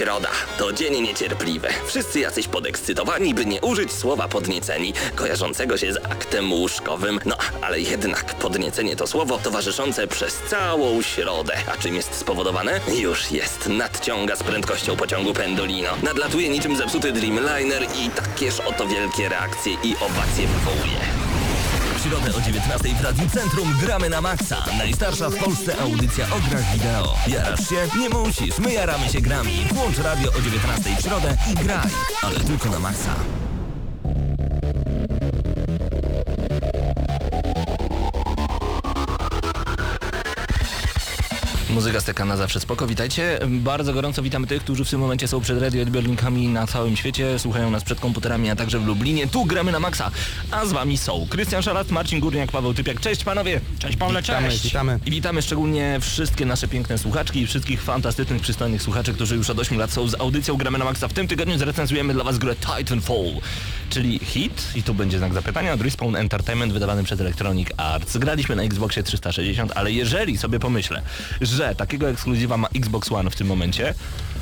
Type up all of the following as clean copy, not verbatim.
Środa to dzień niecierpliwy. Wszyscy jacyś podekscytowani, by nie użyć słowa podnieceni, kojarzącego się z aktem łóżkowym. No, ale jednak podniecenie to słowo towarzyszące przez całą środę. A czym jest spowodowane? Już jest. Nadciąga z prędkością pociągu Pendolino. Nadlatuje niczym zepsuty Dreamliner i takież oto wielkie reakcje i owacje wywołuje. W środę o 19 w Radiu Centrum gramy na maksa. Najstarsza w Polsce audycja o grach wideo. Jarasz się? Nie musisz. My jaramy się grami. Włącz radio o 19 w środę i graj. Ale tylko na maksa. Muzyka steka na zawsze spoko, witajcie. Bardzo gorąco witamy tych, którzy w tym momencie są przed radioodbiornikami na całym świecie, słuchają nas przed komputerami, a także w Lublinie. Tu gramy na maksa, a z wami są Krystian Szalat, Marcin Górniak, Paweł Typiak. Cześć panowie! Cześć Pawle, cześć! Witamy. I witamy szczególnie wszystkie nasze piękne słuchaczki i wszystkich fantastycznych, przystojnych słuchaczy, którzy już od 8 lat są z audycją Gramy na maksa. W tym tygodniu zrecenzujemy dla was grę Titanfall, czyli hit, i tu będzie znak zapytania, od Respawn Entertainment, wydawany przez Electronic Arts. Graliśmy na Xboxie 360, ale jeżeli sobie pomyślę, że takiego ekskluzywa ma Xbox One w tym momencie,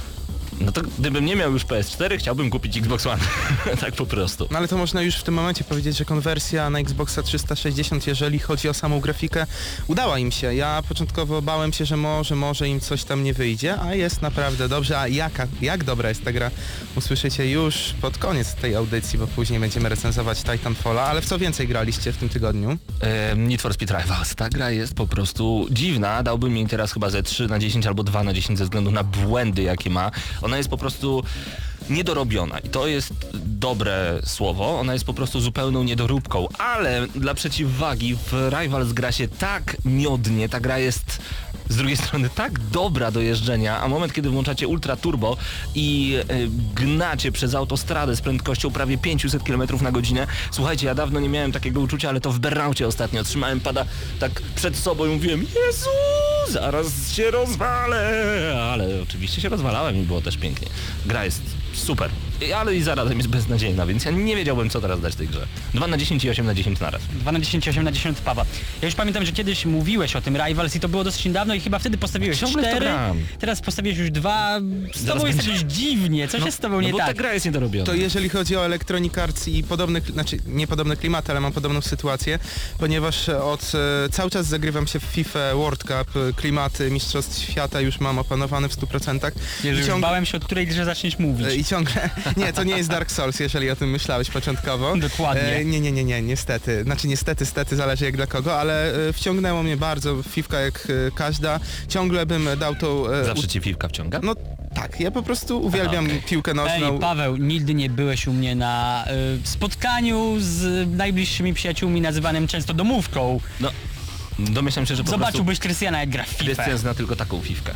no to gdybym nie miał już PS4, chciałbym kupić Xbox One. Tak po prostu. No ale to można już w tym momencie powiedzieć, że konwersja na Xboxa 360, jeżeli chodzi o samą grafikę, udała im się. Ja początkowo bałem się, że może im coś tam nie wyjdzie, a jest naprawdę dobrze. A jak dobra jest ta gra, usłyszycie już pod koniec tej audycji, bo później będziemy recenzować Titanfalla. Ale w co więcej graliście w tym tygodniu? Need for Speed Rivals. Ta gra jest po prostu dziwna. Dałbym jej teraz chyba ze 3 na 10 albo 2 na 10 ze względu na błędy, jakie ma. Ona jest po prostu niedorobiona i to jest dobre słowo, ona jest po prostu zupełną niedoróbką, ale dla przeciwwagi w Rivals gra się tak miodnie, ta gra jest z drugiej strony tak dobra do jeżdżenia, a moment kiedy włączacie Ultra Turbo i gnacie przez autostradę z prędkością prawie 500 km na godzinę, słuchajcie, ja dawno nie miałem takiego uczucia, ale to w Burnoutie ostatnio trzymałem pada tak przed sobą i mówiłem: Jezu, zaraz się rozwalę, ale oczywiście się rozwalałem i było też pięknie. Gra jest super, ale i zarazem jest beznadziejna, więc ja nie wiedziałbym, co teraz dać tej grze. 2 na 10 i 8 na 10 naraz. 2 na 10 i 8 na 10 Pawa. Ja już pamiętam, że kiedyś mówiłeś o tym Rivals i to było dosyć niedawno i chyba wtedy postawiłeś 4, teraz postawiłeś już 2. Z tobą jest jakoś dziwnie, coś jest z tobą nie bo tak. ta gra jest niedorobiona. To jeżeli chodzi o Electronic Arts i nie podobne klimaty, ale mam podobną sytuację, ponieważ cały czas zagrywam się w FIFA World Cup, klimaty Mistrzostw Świata już mam opanowane w 100%. Już bałem się, od której grze zaczniesz mówić. I ciągle... Nie, to nie jest Dark Souls, jeżeli o tym myślałeś początkowo. Dokładnie. Nie, niestety. Znaczy niestety, zależy jak dla kogo, ale wciągnęło mnie bardzo Fifka jak każda. Ciągle bym dał tą... Zawsze ci Fifka wciąga? No tak, ja po prostu uwielbiam piłkę nożną. Ej, Paweł, nigdy nie byłeś u mnie na spotkaniu z najbliższymi przyjaciółmi nazywanym często domówką. No, domyślam się, że po Zobaczyłbyś Krystiana jak gra w FIFA. Krystian zna tylko taką Fifkę.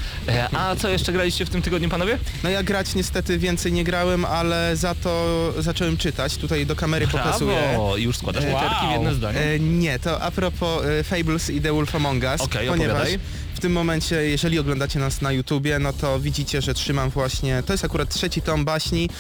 A co jeszcze graliście w tym tygodniu, panowie? No ja grać niestety więcej nie grałem, ale za to zacząłem czytać. Tutaj do kamery pokazuję. I już składasz literki w jedno zdanie? Nie, to a propos Fables i The Wolf Among Us, ponieważ opowiadaj. w tym momencie, jeżeli oglądacie nas na YouTubie, no to widzicie, że trzymam właśnie, to jest akurat 3. tom baśni.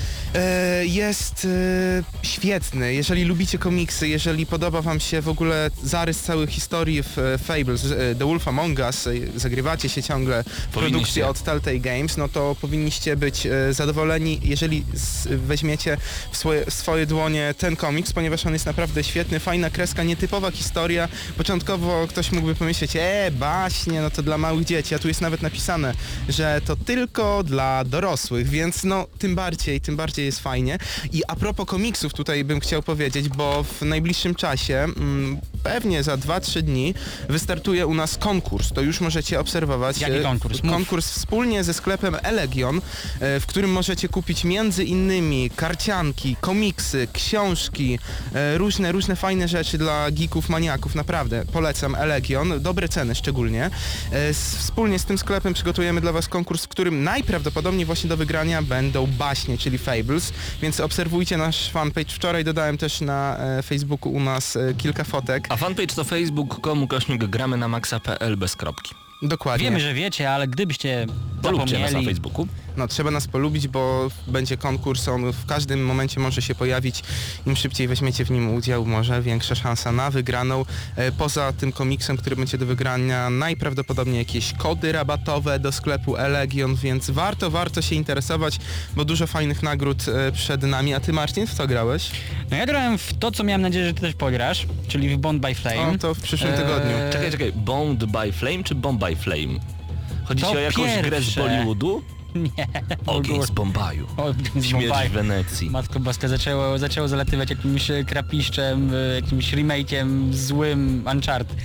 Jest świetny. Jeżeli lubicie komiksy, jeżeli podoba wam się w ogóle zarys całej historii w Fables, The Wolf Among Us, zagrywacie się ciągle w produkcji od Telltale Games, no to powinniście być zadowoleni, jeżeli weźmiecie w swoje dłonie ten komiks, ponieważ on jest naprawdę świetny, fajna kreska, nietypowa historia. Początkowo ktoś mógłby pomyśleć, baśnie, no to dla małych dzieci, a tu jest nawet napisane, że to tylko dla dorosłych, więc no tym bardziej jest fajnie. I a propos komiksów tutaj bym chciał powiedzieć, bo w najbliższym czasie, pewnie za 2-3 dni, wystartuje u nas konkurs. To już możecie obserwować. Jaki konkurs? Konkurs wspólnie ze sklepem Elegion, w którym możecie kupić między innymi karcianki, komiksy, książki, różne fajne rzeczy dla geeków, maniaków. Naprawdę polecam Elegion. Dobre ceny szczególnie. Wspólnie z tym sklepem przygotujemy dla was konkurs, w którym najprawdopodobniej właśnie do wygrania będą baśnie, czyli Fables, więc obserwujcie nasz fanpage. Wczoraj dodałem też na Facebooku u nas kilka fotek. A fanpage to facebook.com/gramy na maxa.pl bez kropki. Dokładnie. Wiemy, że wiecie, ale gdybyście Polubcie nas na zapomnieli... Facebooku. No, trzeba nas polubić, bo będzie konkurs, on w każdym momencie może się pojawić. Im szybciej weźmiecie w nim udział, może większa szansa na wygraną. Poza tym komiksem, który będzie do wygrania, najprawdopodobniej jakieś kody rabatowe do sklepu Elegion, więc warto się interesować, bo dużo fajnych nagród przed nami. A ty, Marcin, w co grałeś? No ja grałem w to, co miałem nadzieję, że ty też pograsz, czyli w Bound by Flame. O, to w przyszłym tygodniu. Czekaj, Bound by Flame czy Bomb by Flame? Chodzi To ci o jakąś grę z pierwsze. Bollywoodu? Nie. Ogień z Bombaju. Śmierć w Wenecji. Matko Boska zaczęło zalatywać jakimś krapiszczem, jakimś remake'iem złym Uncharted.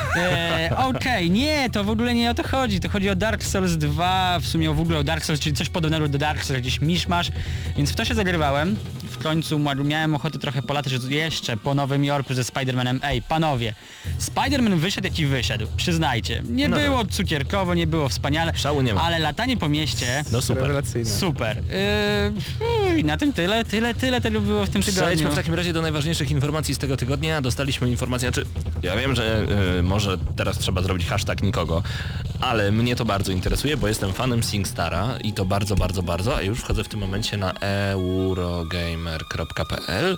Okej, nie, to w ogóle nie o to chodzi. To chodzi o Dark Souls 2, w sumie w ogóle o Dark Souls, czyli coś podobnego do Dark Souls, gdzieś miszmasz. Więc w to się zagrywałem. W końcu miałem ochotę trochę polatać jeszcze po Nowym Jorku ze Spider-Manem. Ej, panowie, Spider-Man wyszedł jaki wyszedł, przyznajcie. Nie No było cukierkowo, nie było wspaniale, Szału nie ma. ale latanie po mieście... No super. Rewelacyjne. Super. I na tym tyle tego było w tym tygodniu. Przejdźmy w takim razie do najważniejszych informacji z tego tygodnia. Dostaliśmy informację, znaczy ja wiem, że może teraz trzeba zrobić hashtag nikogo, ale mnie to bardzo interesuje, bo jestem fanem SingStara i to bardzo, a już wchodzę w tym momencie na eurogamer.pl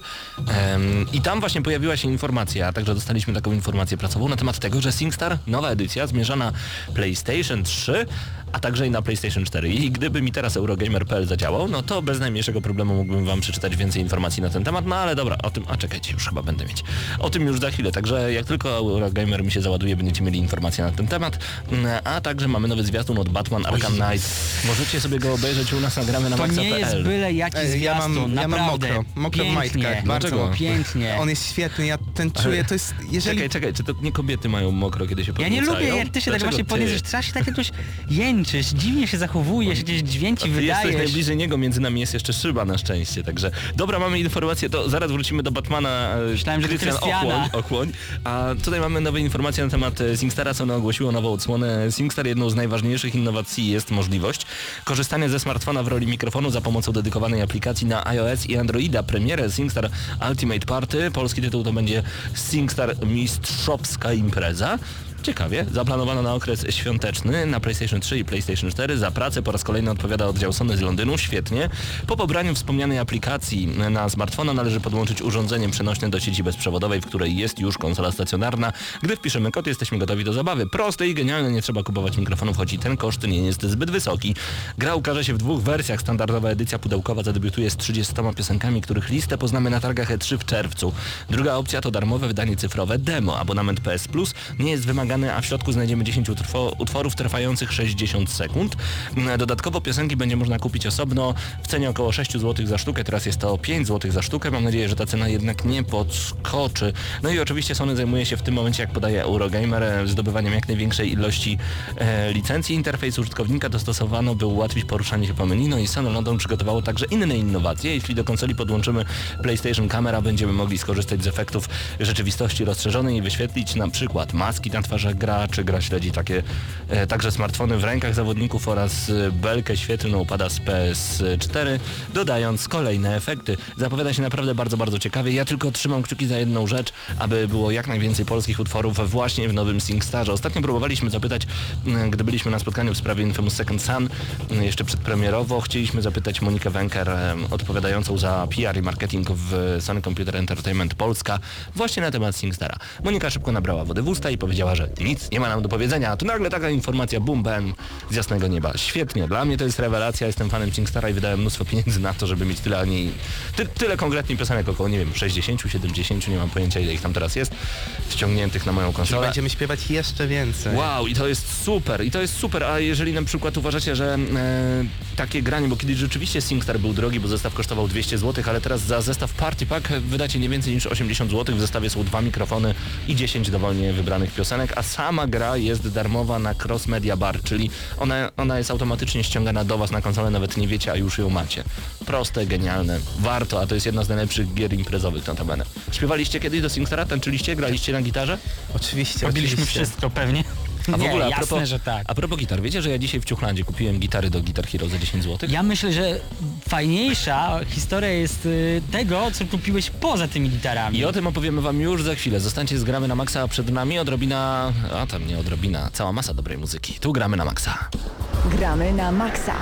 i tam właśnie pojawiła się informacja, a także dostaliśmy taką informację pracową na temat tego, że SingStar, nowa edycja, zmierza na PlayStation 3, a także i na PlayStation 4. I gdyby mi teraz Eurogamer.pl zadziałał, no to bez najmniejszego problemu mógłbym wam przeczytać więcej informacji na ten temat, no ale dobra, o tym, czekajcie, już chyba będę mieć. O tym już za chwilę, także jak tylko Eurogamer mi się załaduje, będziecie mieli informacje na ten temat, a także mamy nowy zwiastun od Batman Arkham Knight. Możecie sobie go obejrzeć u nas, nagramy na To maxa.pl. nie jest byle jaki zwiastun, ja mam naprawdę. mokro w majtkach. Dlaczego? Pięknie. On jest świetny, ja ten czuję, to jest... Jeżeli... Czekaj, czy to nie kobiety mają mokro, kiedy się Ja podniecają? nie lubię, jak ty się tak Dlaczego właśnie ty? podniesiesz, trzeba się tak jakoś jęczysz, dziwnie się zachowujesz, jakieś dźwięki Ty jesteś wydajesz. najbliżej niego, między nami jest jeszcze szyba na szczęście, także dobra, mamy informację, to zaraz wrócimy do Batmana. Myślałem, że do Krystian, Krystiana. ochłoń. A tutaj mamy nowe informacje na temat SingStara, co ono ogłosiło nową odsłonę. SingStar, jedną z najważniejszych innowacji jest możliwość korzystania ze smartfona w roli mikrofonu za pomocą dedykowanej aplikacji na iOS i Androida. Premierę SingStar Ultimate Party, polski tytuł to będzie SingStar Mistrzowska Impreza. Ciekawie, zaplanowano na okres świąteczny na PlayStation 3 i PlayStation 4. Za pracę po raz kolejny odpowiada oddział Sony z Londynu, świetnie. Po pobraniu wspomnianej aplikacji na smartfona należy podłączyć urządzenie przenośne do sieci bezprzewodowej, w której jest już konsola stacjonarna. Gdy wpiszemy kod, jesteśmy gotowi do zabawy. Proste i genialne, nie trzeba kupować mikrofonów, choć i ten koszt nie jest zbyt wysoki. Gra ukaże się w dwóch wersjach. Standardowa edycja pudełkowa zadebiutuje z 30 piosenkami, których listę poznamy na targach E3 w czerwcu. Druga opcja to darmowe wydanie cyfrowe demo. Abonament PS Plus nie jest wymagany, a w środku znajdziemy 10 utworów trwających 60 sekund. Dodatkowo piosenki będzie można kupić osobno w cenie około 6 zł za sztukę, teraz jest to 5 zł za sztukę. Mam nadzieję, że ta cena jednak nie podskoczy. No i oczywiście Sony zajmuje się w tym momencie, jak podaje Eurogamer, zdobywaniem jak największej ilości licencji. Interfejs użytkownika dostosowano, by ułatwić poruszanie się po menu. No i Sony London przygotowało także inne innowacje. Jeśli do konsoli podłączymy PlayStation Camera, będziemy mogli skorzystać z efektów rzeczywistości rozszerzonej i wyświetlić na przykład maski na twarzach graczy. Gra śledzi także smartfony w rękach zawodników oraz belkę świetlną upada z PS4, dodając kolejne efekty. Zapowiada się naprawdę bardzo ciekawie. Ja tylko trzymam kciuki za jedną rzecz, aby było jak najwięcej polskich utworów właśnie w nowym SingStarze. Ostatnio próbowaliśmy zapytać, gdy byliśmy na spotkaniu w sprawie Infamous Second Son, jeszcze przedpremierowo, chcieliśmy zapytać Monikę Węker, odpowiadającą za PR i marketing w Sony Computer Entertainment Polska, właśnie na temat SingStara. Monika szybko nabrała wody w usta i powiedziała, że nic nie ma nam do powiedzenia, a tu nagle taka informacja, bum, bam, z jasnego nieba. Świetnie, dla mnie to jest rewelacja, jestem fanem SingStara i wydałem mnóstwo pieniędzy na to, żeby mieć tyle, a nie... Tyle konkretnie piosenek, około, nie wiem, 60, 70, nie mam pojęcia, ile ich tam teraz jest, ściągniętych na moją Czyli konsolę. będziemy śpiewać jeszcze więcej. Wow, i to jest super, a jeżeli na przykład uważacie, że takie granie, bo kiedyś rzeczywiście SingStar był drogi, bo zestaw kosztował 200 zł, ale teraz za zestaw Party Pack wydacie nie więcej niż 80 zł, w zestawie są 2 mikrofony i 10 dowolnie wybranych piosenek, a sama gra jest darmowa na Cross Media Bar, czyli ona jest automatycznie ściągana do was na konsolę, nawet nie wiecie, a już ją macie. Proste, genialne, warto, a to jest jedna z najlepszych gier imprezowych notabene. Śpiewaliście kiedyś do SingStara, tańczyliście, graliście na gitarze? Oczywiście, Robiliśmy oczywiście. wszystko pewnie. A w Nie, ogóle, jasne, że tak. a propos gitar, wiecie, że ja dzisiaj w Ciuchlandzie kupiłem gitary do Guitar Hero za 10 zł? Ja myślę, że fajniejsza historia jest tego, co kupiłeś poza tymi gitarami. I o tym opowiemy wam już za chwilę. Zostańcie z Gramy na Maxa, a przed nami odrobina, a tam nie odrobina, cała masa dobrej muzyki. Tu Gramy na Maxa. Gramy na maksa.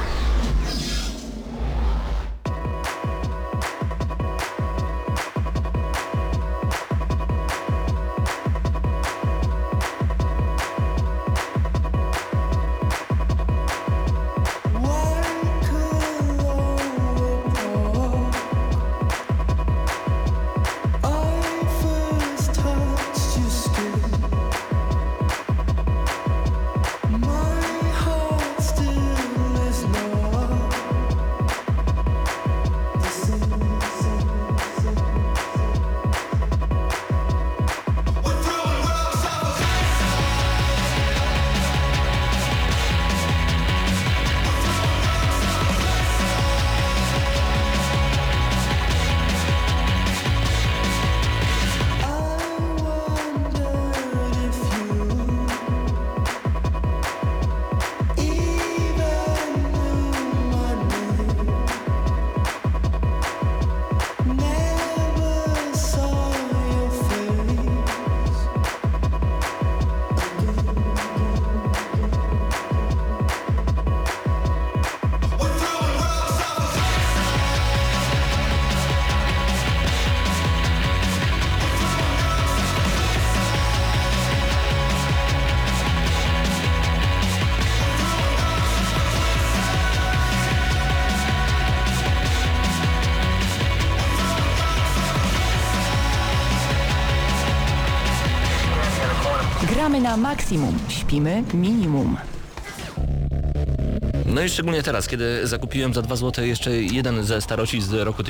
Gramy na maksimum, śpimy minimum. No i szczególnie teraz, kiedy zakupiłem za 2 zł jeszcze jeden ze staroci z roku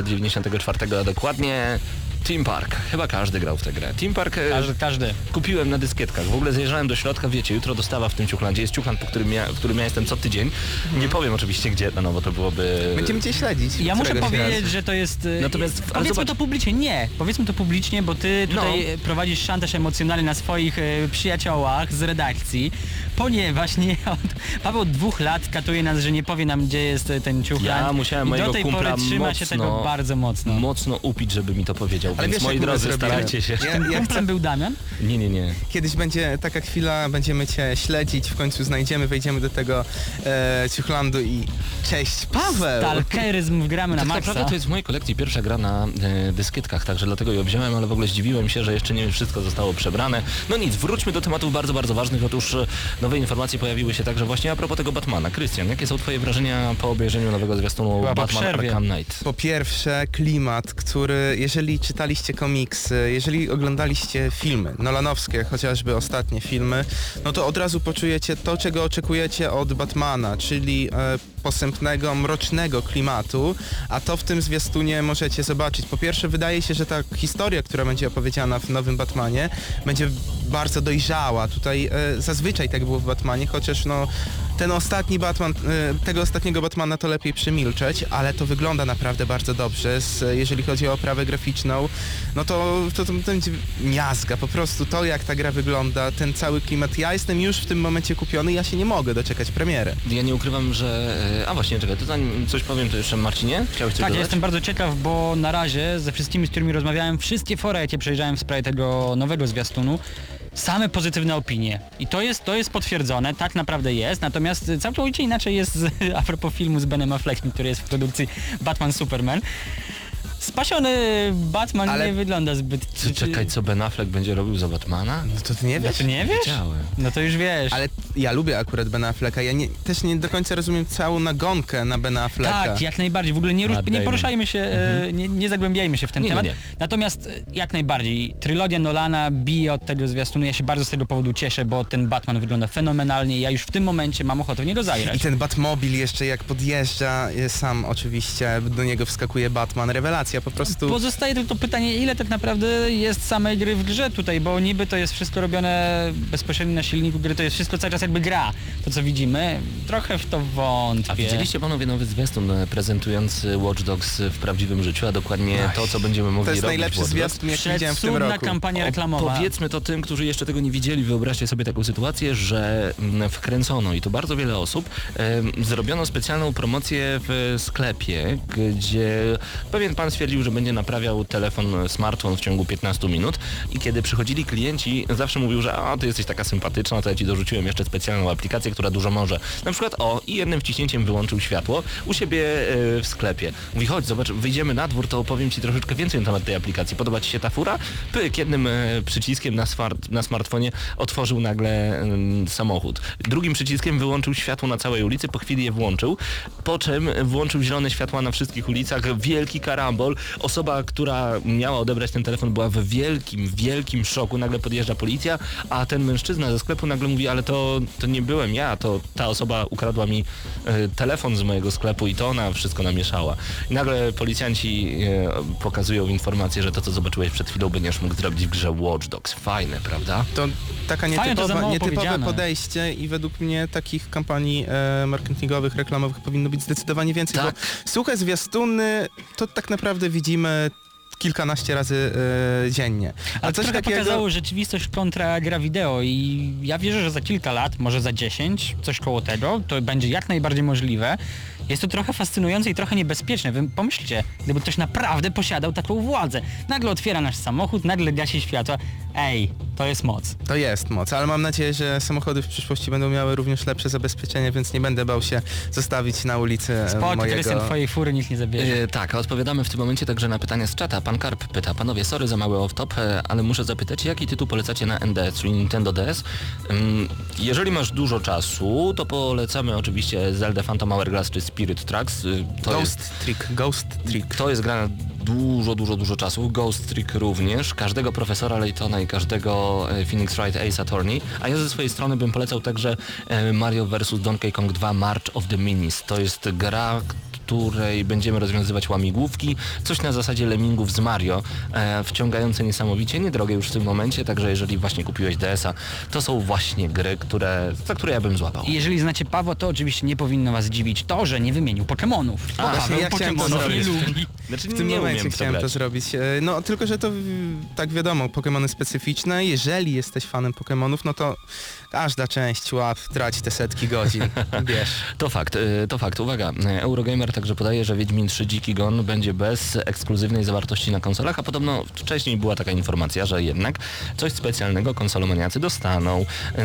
1994, a dokładnie Theme Park. Chyba każdy grał w tę grę. Theme Park Każdy. kupiłem na dyskietkach. W ogóle zjeżdżałem do środka, wiecie, jutro dostawa w tym Ciuchlandzie. Jest Ciuchland, w którym ja jestem co tydzień. Nie powiem oczywiście gdzie, no bo to byłoby... Będziemy cię śledzić. Ja muszę któregoś powiedzieć, razu. że to jest... Natomiast- ale powiedzmy zobacz- to publicznie, nie. Powiedzmy to publicznie, bo ty tutaj prowadzisz szantaż emocjonalny na swoich przyjaciołach z redakcji, ponieważ Paweł od 2 lat katuje nas, że nie powie nam, gdzie jest ten Ciuchland. Ja musiałem i mojego do tej kumpla pory trzyma się tego bardzo mocno. Mocno upić, żeby mi to powiedział. Ale Więc wiesz, moi jak my drodzy, zrobimy? starajcie się. Ja Kumplem był Damian? Nie. Kiedyś będzie taka chwila, będziemy cię śledzić, w końcu znajdziemy, wejdziemy do tego Ciuchlandu i cześć Paweł! Stalkeryzm Gramy na Tak maksa. naprawdę to jest w mojej kolekcji pierwsza gra na dyskietkach, także dlatego ją wziąłem, ale w ogóle zdziwiłem się, że jeszcze nie wszystko zostało przebrane. No nic, wróćmy do tematów bardzo, bardzo ważnych. Otóż nowe informacje pojawiły się także właśnie a propos tego Batmana. Krystian, jakie są twoje wrażenia po obejrzeniu nowego zwiastunu Chyba po Batman przerwie. Arkham Knight? Po pierwsze, klimat, który, jeżeli czytaliście komiksy, jeżeli oglądaliście filmy nolanowskie, chociażby ostatnie filmy, no to od razu poczujecie to, czego oczekujecie od Batmana, czyli posępnego, mrocznego klimatu, a to w tym zwiastunie możecie zobaczyć. Po pierwsze, wydaje się, że ta historia, która będzie opowiedziana w nowym Batmanie, będzie bardzo dojrzała. Tutaj zazwyczaj tak było w Batmanie, chociaż no ten ostatni Batman, tego ostatniego Batmana to lepiej przemilczeć, ale to wygląda naprawdę bardzo dobrze. Jeżeli chodzi o oprawę graficzną, no to będzie miazga. Po prostu to, jak ta gra wygląda, ten cały klimat. Ja jestem już w tym momencie kupiony, ja się nie mogę doczekać premiery. Ja nie ukrywam, że... A właśnie, czekaj, to zanim coś powiem, to jeszcze Marcinie? Chciałeś coś Tak, ja dodać? jestem bardzo ciekaw, bo na razie ze wszystkimi, z którymi rozmawiałem, wszystkie fora, jakie przejrzałem w sprawie tego nowego zwiastunu, same pozytywne opinie. I to jest potwierdzone, tak naprawdę jest, natomiast całkowicie inaczej jest a propos filmu z Benem Affleckiem, który jest w produkcji Batman Superman. Spasiony Batman Ale- nie wygląda zbyt... Czekaj, co Ben Affleck będzie robił za Batmana? No to ty nie wiesz? Ty nie wiesz? Wiedziałem. No to już wiesz. Ale ja lubię akurat Bena Afflecka. Ja też nie do końca rozumiem całą nagonkę na Bena Afflecka. Tak, jak najbardziej. W ogóle nie Damon. poruszajmy się, nie zagłębiajmy się w ten Nie, temat. nie. Natomiast jak najbardziej. Trylogia Nolana bije od tego zwiastunu. Ja się bardzo z tego powodu cieszę, bo ten Batman wygląda fenomenalnie. Ja już w tym momencie mam ochotę w niego I zagrać. ten Batmobil jeszcze jak podjeżdża, sam oczywiście do niego wskakuje Batman. Rewelacja, po prostu. Pozostaje tylko pytanie, ile tak naprawdę jest samej gry w grze tutaj, bo niby to jest wszystko robione bezpośrednio na silniku gry, to jest wszystko cały czas jakby gra. To co widzimy, trochę w to wątpię. A widzieliście panowie nowy zwiastun prezentujący Watch Dogs w prawdziwym życiu, a dokładnie to, co będziemy mogli To jest robić w najlepszy Watch Dogs? zwiastun, jaki widziałem w tym Cudna roku. kampania reklamowa. Powiedzmy to tym, którzy jeszcze tego nie widzieli, wyobraźcie sobie taką sytuację, że wkręcono, i to bardzo wiele osób, zrobiono specjalną promocję w sklepie, gdzie pewien pan stwierdził, że będzie naprawiał telefon, smartfon w ciągu 15 minut i kiedy przychodzili klienci, zawsze mówił, że ty jesteś taka sympatyczna, to ja ci dorzuciłem jeszcze specjalną aplikację, która dużo może. Na przykład i jednym wciśnięciem wyłączył światło u siebie w sklepie. Mówi, chodź, zobacz, wyjdziemy na dwór, to opowiem ci troszeczkę więcej na temat tej aplikacji. Podoba ci się ta fura? Pyk, jednym przyciskiem na smartfonie otworzył nagle samochód. Drugim przyciskiem wyłączył światło na całej ulicy, po chwili je włączył, po czym włączył zielone światła na wszystkich ulicach, wielki karambol. Osoba, która miała odebrać ten telefon, była w wielkim szoku. Nagle podjeżdża policja, a ten mężczyzna ze sklepu nagle mówi, ale to nie byłem ja, to ta osoba ukradła mi telefon z mojego sklepu i to ona wszystko namieszała. I nagle policjanci pokazują informację, że to, co zobaczyłeś przed chwilą, będziesz mógł zrobić w grze Watch Dogs. Fajne, prawda? To taka Fajnie, to za mało nietypowe powiedziane. podejście i według mnie takich kampanii marketingowych, reklamowych powinno być zdecydowanie więcej, Tak. bo suche zwiastuny to tak naprawdę widzimy kilkanaście razy dziennie. Ale to trochę pokazało rzeczywistość kontra gra wideo i ja wierzę, że za kilka lat, może za 10, coś koło tego, to będzie jak najbardziej możliwe. Jest to trochę fascynujące i trochę niebezpieczne. Wy pomyślcie, gdyby ktoś naprawdę posiadał taką władzę. Nagle otwiera nasz samochód, nagle gasi światła. Ej, to jest moc. To jest moc, ale mam nadzieję, że samochody w przyszłości będą miały również lepsze zabezpieczenie, więc nie będę bał się zostawić na ulicy Spokój, mojego... Krystian, twojej fury nikt nie zabierze. Tak, a odpowiadamy w tym momencie także na pytania z czata. Pan Karp pyta, panowie, sorry za mały off-top, ale muszę zapytać, jaki tytuł polecacie na NDS, czyli Nintendo DS? Jeżeli masz dużo czasu, to polecamy oczywiście Zelda Phantom Hourglass czy Spirit Tracks. Ghost Trick. To jest gra na dużo czasu. Ghost Trick również. Każdego Profesora Laytona i każdego Phoenix Wright Ace Attorney. A ja ze swojej strony bym polecał także Mario vs Donkey Kong 2 March of the Minis. To jest gra, której będziemy rozwiązywać łamigłówki, coś na zasadzie Lemmingów z Mario, wciągające niesamowicie, niedrogie już w tym momencie, także jeżeli właśnie kupiłeś DS-a, to są właśnie gry, za które ja bym złapał. I jeżeli znacie Pawła, to oczywiście nie powinno was dziwić to, że nie wymienił Pokemonów. Bo właśnie Paweł ja chciałem to Pokemonów nie zrobić. lubi. Znaczy, W tym nie momencie umiem chciałem to grać. zrobić. No tylko, że to tak wiadomo, Pokemony specyficzne. Jeżeli jesteś fanem Pokemonów, no to każda część łap traci te setki godzin. Wiesz. To fakt. Uwaga, Eurogamer także podaje, że Wiedźmin 3 Dziki Gon będzie bez ekskluzywnej zawartości na konsolach, a podobno wcześniej była taka informacja, że jednak coś specjalnego konsolomaniacy dostaną.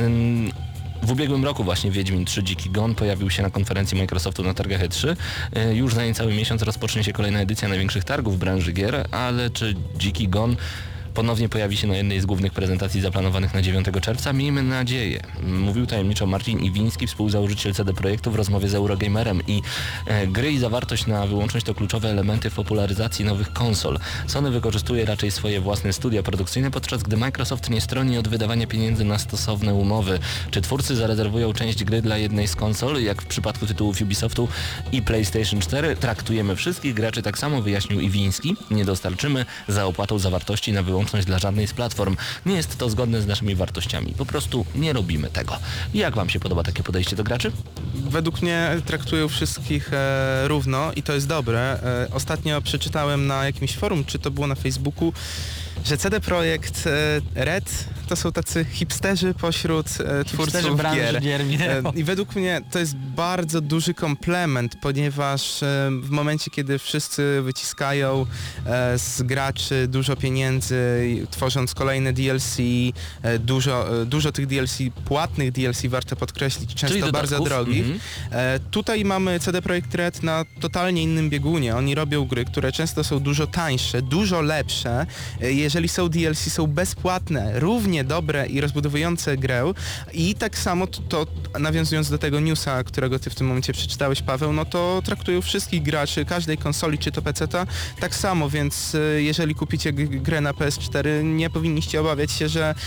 W ubiegłym roku właśnie Wiedźmin 3 Dziki Gon pojawił się na konferencji Microsoftu na targach E3. Już za niecały miesiąc rozpocznie się kolejna edycja największych targów w branży gier, ale czy Dziki Gon ponownie pojawi się na jednej z głównych prezentacji zaplanowanych na 9 czerwca? Miejmy nadzieję. Mówił tajemniczo Marcin Iwiński, współzałożyciel CD Projektu w rozmowie z Eurogamerem i gry i zawartość na wyłączność to kluczowe elementy w popularyzacji nowych konsol. Sony wykorzystuje raczej swoje własne studia produkcyjne, podczas gdy Microsoft nie stroni od wydawania pieniędzy na stosowne umowy. Czy twórcy zarezerwują część gry dla jednej z konsol, jak w przypadku tytułów Ubisoftu i PlayStation 4? Traktujemy wszystkich graczy tak samo, wyjaśnił Iwiński. Nie dostarczymy za opłatą zawartości na wyłączność dla żadnej z platform. Nie jest to zgodne z naszymi wartościami. Po prostu nie robimy tego. Jak wam się podoba takie podejście do graczy? Według mnie traktują wszystkich równo i to jest dobre. Ostatnio przeczytałem na jakimś forum, czy to było na Facebooku, że CD Projekt Red to są tacy hipsterzy pośród twórców gier. wideo. I według mnie to jest bardzo duży komplement, ponieważ w momencie, kiedy wszyscy wyciskają z graczy dużo pieniędzy, tworząc kolejne DLC, dużo tych DLC, płatnych DLC, warto podkreślić, często bardzo drogich. Tutaj mamy CD Projekt Red na totalnie innym biegunie. Oni robią gry, które często są dużo tańsze, dużo lepsze. Jeżeli są DLC, są bezpłatne, równie dobre i rozbudowujące grę. I tak samo to nawiązując do tego newsa, którego ty w tym momencie przeczytałeś, Paweł, no to traktują wszystkich graczy każdej konsoli, czy to PC-ta, tak samo, więc jeżeli kupicie grę na PS4, nie powinniście obawiać się, że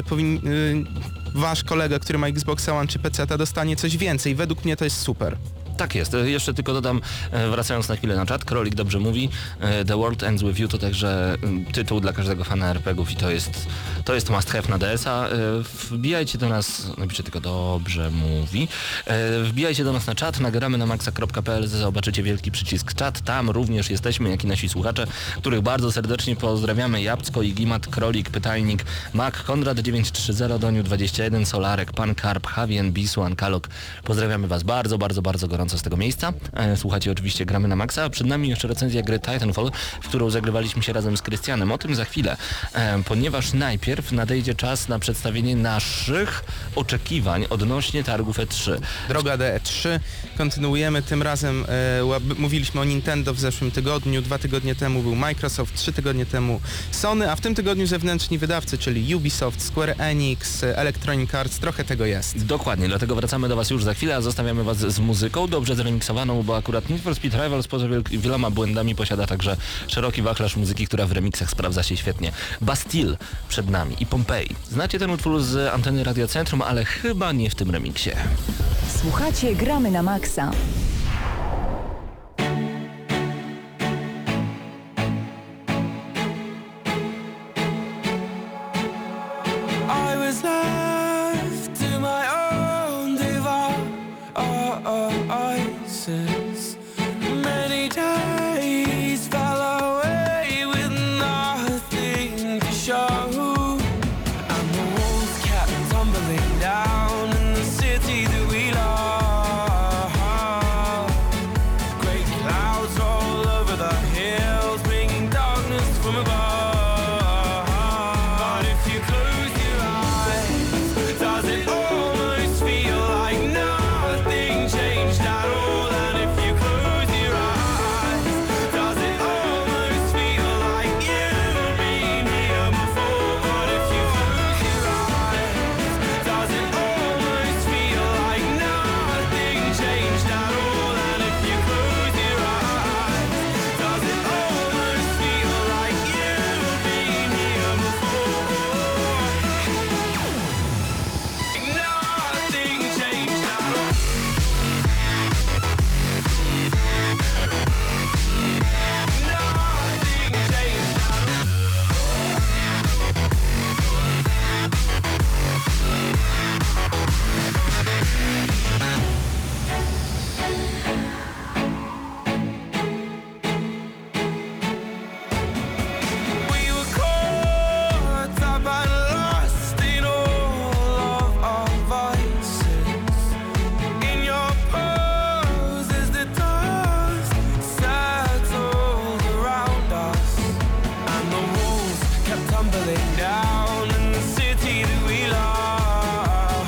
wasz kolega, który ma Xboxa One czy PC-ta, dostanie coś więcej. Według mnie to jest super. Tak jest. Jeszcze tylko dodam, wracając na chwilę na czat, Krolik dobrze mówi, The World Ends With You to także tytuł dla każdego fana RPGów i to jest must have na DS-a. Wbijajcie do nas, napiszę tylko dobrze mówi, wbijajcie do nas na czat, nagramy na maxa.pl, zobaczycie wielki przycisk czat, tam również jesteśmy, jak i nasi słuchacze, których bardzo serdecznie pozdrawiamy, Jabłko, Igimat, Krolik, Pytajnik, Mac, Konrad 930, Doniu 21, Solarek, Pan Karp, Javien, Bisłan, Kalok. Pozdrawiamy Was bardzo, bardzo, bardzo gorąco z tego miejsca. Słuchajcie oczywiście Gramy na Maxa, a przed nami jeszcze recenzja gry Titanfall, w którą zagrywaliśmy się razem z Krystianem. O tym za chwilę, ponieważ najpierw nadejdzie czas na przedstawienie naszych oczekiwań odnośnie targów E3. Droga do E3. Kontynuujemy. Tym razem mówiliśmy o Nintendo w zeszłym tygodniu. 2 tygodnie temu był Microsoft, 3 tygodnie temu Sony, a w tym tygodniu zewnętrzni wydawcy, czyli Ubisoft, Square Enix, Electronic Arts. Trochę tego jest. Dokładnie, dlatego wracamy do Was już za chwilę, a zostawiamy Was z muzyką, dobrze zremiksowaną, bo akurat Need for Speed Rivals poza wieloma błędami posiada także szeroki wachlarz muzyki, która w remiksach sprawdza się świetnie. Bastille przed nami i Pompeii. Znacie ten utwór z anteny Radia Centrum, ale chyba nie w tym remiksie. Słuchacie Gramy na Maxa. I was left to my own devices. Many days fell away with nothing to show, and the walls kept tumbling down in the city that we love. Great clouds roll over the hills, bringing darkness from above. But if you close your eyes, does it almost feel like nothing changed at all? And if you close your eyes, does it almost feel like you've been here before? But if you close your eyes, does it almost feel like nothing changed at all? And if you close your eyes, does it almost feel like you've been here before? Nothing changed at all. Nothing changed at all. We were caught up and lost in all of our vices. In your pose as the dust settled around us, and the walls kept tumbling down in the city that we love.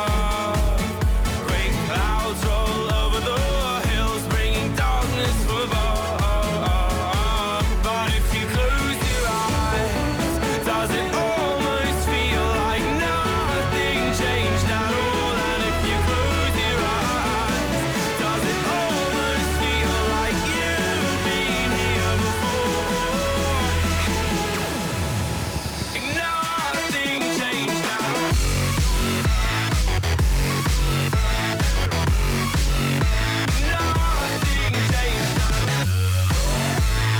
Great clouds roll over the hills, bringing darkness from above. But if you close your eyes, does it almost feel like nothing changed at all? And if you close your eyes, does it almost feel like you've been here before? Nothing changed at all. Nothing changed at all.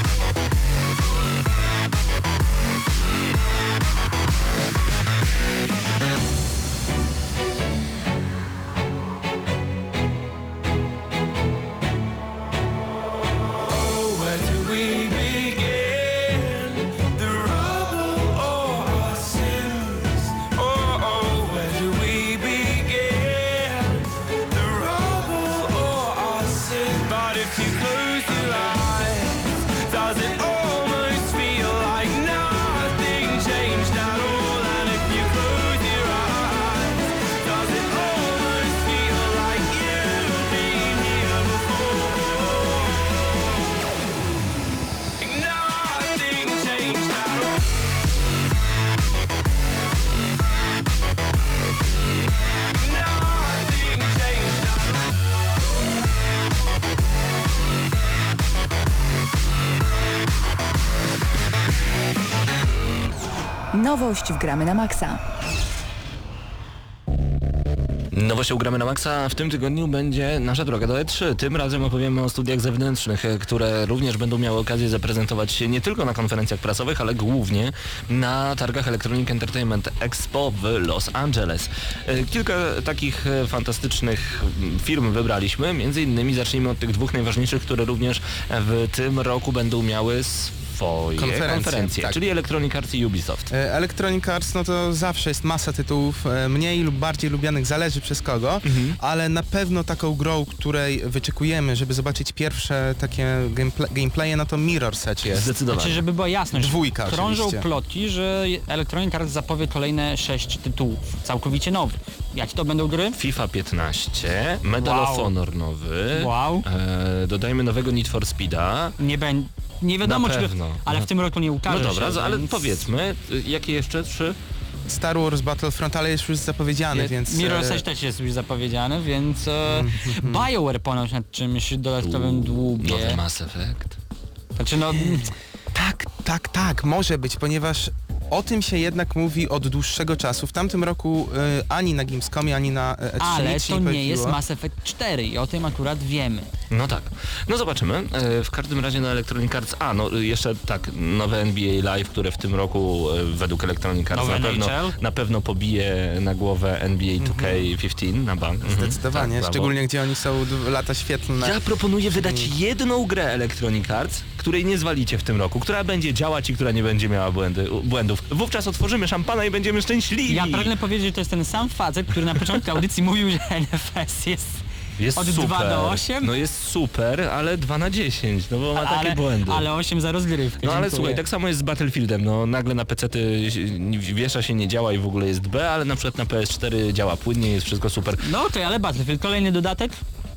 Oh, where do we begin? The rubble or our sins? Oh, where do we begin? The rubble or our sins? But if you close your eyes, does it almost feel like nothing changed at all? And if you close your eyes, does it almost feel like you've been here before? Nothing changed at all. Nothing changed at all. Nowość w Gramy na Maxa. Nowością Gramy na Maxa w tym tygodniu będzie nasza droga do E3. Tym razem opowiemy o studiach zewnętrznych, które również będą miały okazję zaprezentować się nie tylko na konferencjach prasowych, ale głównie na targach Electronic Entertainment Expo w Los Angeles. Kilka takich fantastycznych firm wybraliśmy, między innymi zacznijmy od tych dwóch najważniejszych, które również w tym roku będą miały swoje konferencje, tak. czyli Electronic Arts i Ubisoft. Electronic Arts, no to zawsze jest masa tytułów, mniej lub bardziej lubianych, zależy przez kogo, ale na pewno taką grą, której wyczekujemy, żeby zobaczyć pierwsze takie gameplaye, no to Mirror's Edge jest. Zdecydowanie. Znaczy, żeby była jasność, Dwójka krążą oczywiście. plotki, że Electronic Arts zapowie kolejne 6 tytułów, całkowicie nowych. Jakie to będą gry? FIFA 15, Medal Wow. of Honor nowy, Wow. Dodajmy nowego Need for Speeda. Nie wiadomo, Na czy... pewno. Ale w tym roku nie No ukaże dobra, się, ale więc... powiedzmy, jakie jeszcze 3? Star Wars Battlefront, ale jest już zapowiedziany, więc... Mirror's Edge też jest już zapowiedziany, więc BioWare ponoć nad czymś dodatkowym dłubie. Nowy Mass Effect. Znaczy no... Tak, może być, ponieważ o tym się jednak mówi od dłuższego czasu. W tamtym roku ani na Gamescomie, ani na E3 Ale nic się to nie pojawiło. jest Mass Effect 4 i o tym akurat wiemy. No tak. No zobaczymy. W każdym razie na Electronic Arts... jeszcze tak, nowe NBA Live, które w tym roku według Electronic Arts Nowe na pewno pobije na głowę NBA 2K15 na bank. Zdecydowanie, Tak, szczególnie gdzie oni są lata świetlne. Ja proponuję wydać jedną grę Electronic Arts, której nie zwalicie w tym roku, która będzie działać i która nie będzie miała błędów. Wówczas otworzymy szampana i będziemy szczęśliwi. Ja pragnę powiedzieć, że to jest ten sam facet, który na początku audycji mówił, że NFS jest od super. 2 do 8. No jest super, ale 2 na 10, no bo ma takie błędy. Ale 8 za rozgrywkę. No ale dziękuję. słuchaj, tak samo jest z Battlefieldem, no nagle na PC-ty wiesza się, nie działa i w ogóle jest B, ale na przykład na PS4 działa płynnie, jest wszystko super. No okej, ale Battlefield, kolejny dodatek?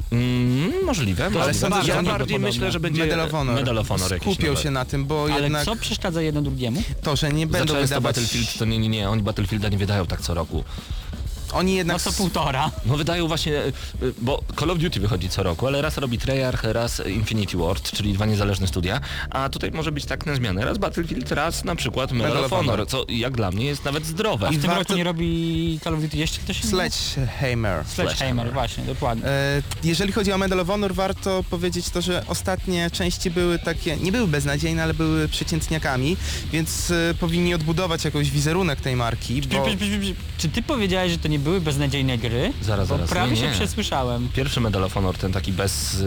Możliwe, Ale możliwe. sądzę, że Ja oni bardziej myślę, że będzie Medal of Honor. jakiś Skupią nowy. się na tym, bo Ale jednak co przeszkadza jedno drugiemu? to, że nie będą Za często wydawać... Battlefield, to nie, oni Battlefielda nie wydają tak co roku. Oni No jednak... to półtora. No wydają właśnie, bo Call of Duty wychodzi co roku, ale raz robi Treyarch, raz Infinity Ward, czyli dwa niezależne studia, a tutaj może być tak na zmianę, raz Battlefield, raz na przykład Medal of Honor, co jak dla mnie jest nawet zdrowe. A w tym warto- roku nie robi Call of Duty jeszcze ktoś? Sledgehammer. Sledgehammer, właśnie, dokładnie. Jeżeli chodzi o Medal of Honor, warto powiedzieć to, że ostatnie części były takie, nie były beznadziejne, ale były przeciętniakami, więc powinni odbudować jakoś wizerunek tej marki, bo... Czy ty powiedziałeś, że to nie były beznadziejne gry? Zaraz, Bo prawie nie, się nie. przesłyszałem. Pierwszy Medal of Honor, ten taki bez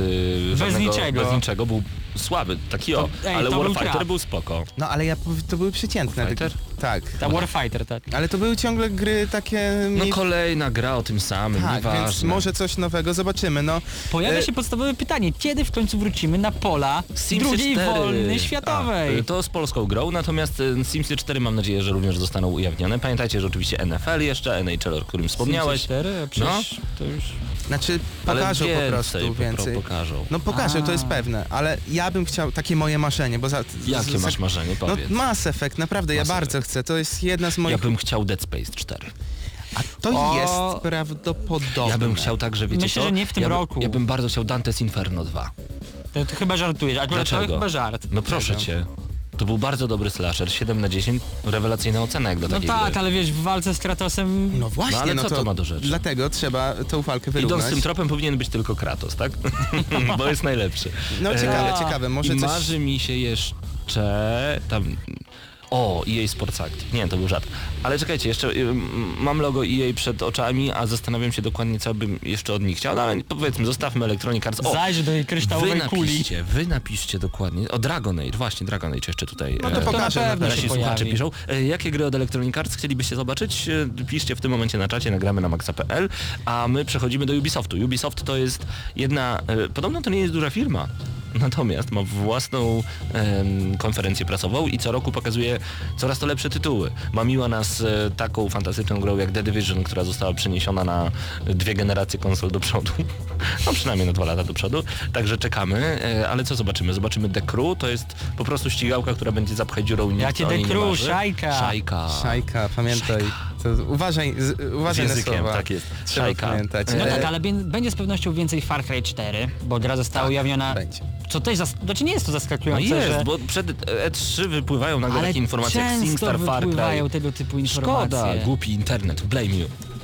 niczego, był słaby, taki ale to był Warfighter trap. był spoko. No ale to były przeciętne. Fighter? Tak. Ta Warfighter, tak. Ale to były ciągle gry takie... No kolejna gra o tym samym, tak, więc nieważne. może coś nowego, zobaczymy, no. Pojawia się podstawowe pytanie, kiedy w końcu wrócimy na pola Simsy II 4. wojny światowej? To z polską grą, natomiast Simsy 4 mam nadzieję, że również zostaną ujawnione. Pamiętajcie, że oczywiście NFL jeszcze, NHL, o którym wspomniałeś. 4, przecież to już... Znaczy Ale pokażą po prostu więcej. Pokażą. No pokażą, to jest pewne, ale ja bym chciał, takie moje marzenie, bo Jakie masz marzenie, No powiedz. Mass Effect, naprawdę, ja Mass bardzo chcę, to jest jedna z moich... Ja bym chciał Dead Space 4. A to O, jest prawdopodobne. Ja bym chciał także, wiecie Myślę, co? że nie w tym roku. Ja bym bardzo chciał Dante's Inferno 2. To chyba żartujesz, akurat to Dlaczego? chyba żart. No proszę cię. To był bardzo dobry slasher, 7 na 10, rewelacyjna ocena jak do No takiej tak, gry. ale wiesz, w walce z Kratosem... No właśnie, No ale co to ma do rzeczy? Dlatego trzeba tą walkę wyrównać. Idąc tym tropem powinien być tylko Kratos, tak? Bo jest najlepszy. No ciekawe, może I coś... marzy mi się jeszcze tam... O, EA Sports Active. Nie, to był żart. Ale czekajcie, jeszcze mam logo EA przed oczami, a zastanawiam się dokładnie, co bym jeszcze od nich chciał. No ale powiedzmy, zostawmy Electronic Arts. O, Zajrzyj do jej kryształowej kuli. wy napiszcie dokładnie. O, Dragon Age, właśnie, Dragon Age jeszcze tutaj. No to pokażę na na pewno pewno. się Nasi słuchacze pojawi. piszą. Jakie gry od Electronic Arts chcielibyście zobaczyć? Piszcie w tym momencie na czacie, nagramy na maxa.pl, a my przechodzimy do Ubisoftu. Ubisoft to jest jedna, podobno to nie jest duża firma, natomiast ma własną konferencję prasową i co roku pokazuje coraz to lepsze tytuły. Mamiła nas taką fantastyczną grą jak The Division, która została przeniesiona na 2 generacje konsol do przodu. No przynajmniej na 2 lata do przodu. Także czekamy, ale co zobaczymy? Zobaczymy The Crew, to jest po prostu ścigałka, która będzie zapchać dziurą nikt Jakie o niej The nie Crew, marzy. Szajka. Szajka, pamiętaj. To uważaj Z na językiem, słowa. tak jest. Trzeba Szajka. pamiętać. No tak, ale będzie z pewnością więcej Far Cry 4, bo gra została ujawniona... będzie. Co też, znaczy nie jest to No zaskakujące, jest, że... bo przed E3 wypływają nagle Ale takie informacje jak często SingStar, Far Cry. wypływają tego typu informacje. Szkoda, głupi internet, blame you.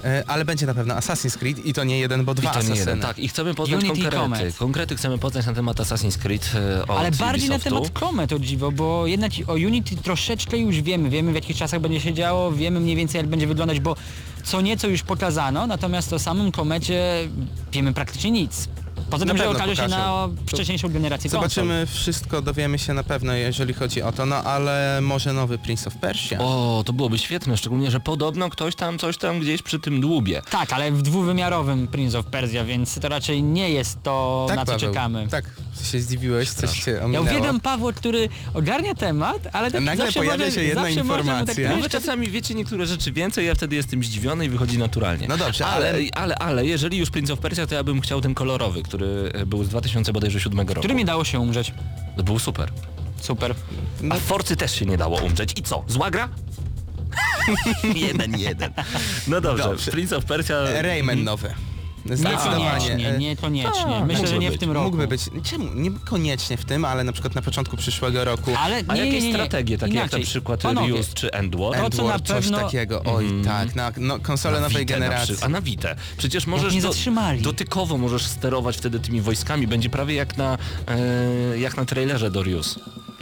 Ale będzie na pewno Assassin's Creed i to nie jeden, bo dwa I to nie Assassiny. jeden, tak. I chcemy poznać Unity i konkrety. Comet. Konkrety chcemy poznać na temat Assassin's Creed od Ale bardziej na Ubisoftu. temat Comet, o dziwo, bo jednak o Unity troszeczkę już wiemy w jakich czasach będzie się działo, wiemy mniej więcej jak będzie wyglądać, bo co nieco już pokazano, natomiast o samym Comecie wiemy praktycznie nic. Poza Na tym, że pewno okaże się na pokażą. wcześniejszą generację konsol. Zobaczymy wszystko, dowiemy się na pewno, jeżeli chodzi o to, no ale może nowy Prince of Persia. O, to byłoby świetne, szczególnie, że podobno ktoś tam coś tam gdzieś przy tym dłubie. Tak, ale w dwuwymiarowym Prince of Persia, więc to raczej nie jest to, Tak, na co Paweł, czekamy. Tak, się zdziwiłeś, coś cię Ja ominęło. uwielbiam Pawła, który ogarnia temat, ale tak Nagle zawsze pojawia może, się jedna zawsze może mu informacja. tak No wy czasami wiecie niektóre rzeczy więcej, ja wtedy jestem zdziwiony i wychodzi naturalnie. No dobrze, ale jeżeli już Prince of Persia, to ja bym chciał ten kolorowy, który był z 2007 roku. Który nie dało się umrzeć. To był super. Super. A w Forcy też się nie dało umrzeć. I co? Zła gra? 1-1. No dobrze, Dobrze. Prince of Persia... Rayman nowy. Niekoniecznie, niekoniecznie. Tak, Myślę, że mógłby nie w być. tym roku. Mógłby być. Czemu? Niekoniecznie w tym, ale na przykład na początku przyszłego roku. Ale A nie, jakieś nie, nie. strategie, takie Inaczej. jak na przykład Panowie, Rius czy Endwar? to, co na Endwar, coś pewno- takiego. Oj, tak, na konsole nowej Vita generacji. A na Vita. Przecież możesz nie zatrzymali. dotykowo możesz sterować wtedy tymi wojskami. Będzie prawie jak na trailerze do Rius.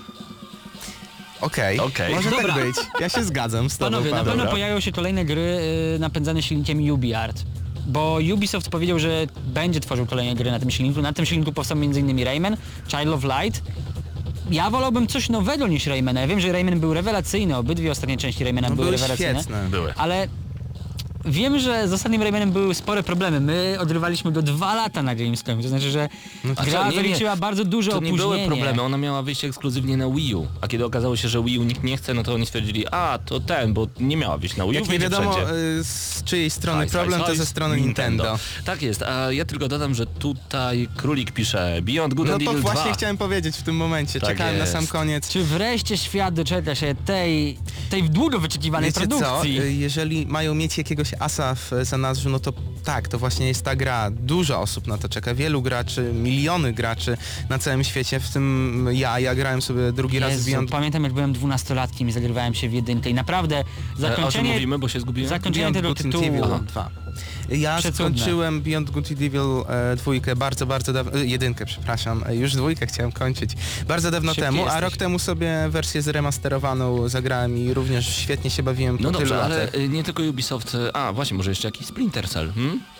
Okej, Okej. może Dobra. tak być. Ja się zgadzam z tobą, Panowie, na Paweł. pewno pojawią się kolejne gry napędzane silnikiem UbiArt. Bo Ubisoft powiedział, że będzie tworzył kolejne gry na tym silniku. Na tym silniku powstał m.in. Rayman, Child of Light. Ja wolałbym coś nowego niż Raymana. Ja wiem, że Rayman był rewelacyjny, obydwie ostatnie części Raymana No, były były rewelacyjne. świetne. Były. Ale wiem, że z ostatnim Raymanem były spore problemy. My odrywaliśmy go 2 lata na Gamescomie. To znaczy, że A gra co, nie, wyliczyła bardzo duże To nie opóźnienie. były problemy, ona miała wyjść ekskluzywnie na Wii U. A kiedy okazało się, że Wii U nikt nie chce, no to oni stwierdzili, to ten, bo nie miała wyjść na Wii U, Jak nie wyjdzie wiadomo wszędzie. z czyjej strony Slice, problem, to slice, ze strony Nintendo. Tak jest, a ja tylko dodam, że tutaj Królik pisze Beyond Good No and to Evil właśnie 2. chciałem powiedzieć w tym momencie. Tak Czekałem na jest. sam koniec. Czy wreszcie świat doczeka się tej długo wyczekiwanej Wiecie co, produkcji? jeżeli mają mieć jakiegoś asa w zanadrzu, no to tak, to właśnie jest ta gra. Dużo osób na to czeka, wielu graczy, miliony graczy na całym świecie, w tym ja grałem sobie drugi raz w Jezu, Beyond, pamiętam jak byłem 12-latkiem i zagrywałem się w jedynkę i naprawdę O czym zakończenie, mówimy, bo się zgubiłem? zakończenie Beyond tego Good and tytułu. Evil 2. Ja Przecudne. skończyłem Beyond Good and Evil 2 bardzo dawno, jedynkę, przepraszam, już 2 chciałem kończyć bardzo dawno Szybki temu, a jesteś. rok temu sobie wersję zremasterowaną zagrałem i również świetnie się bawiłem po No tylu dobrze, ale latach. nie tylko Ubisoft, właśnie, może jeszcze jakiś Splinter Cell,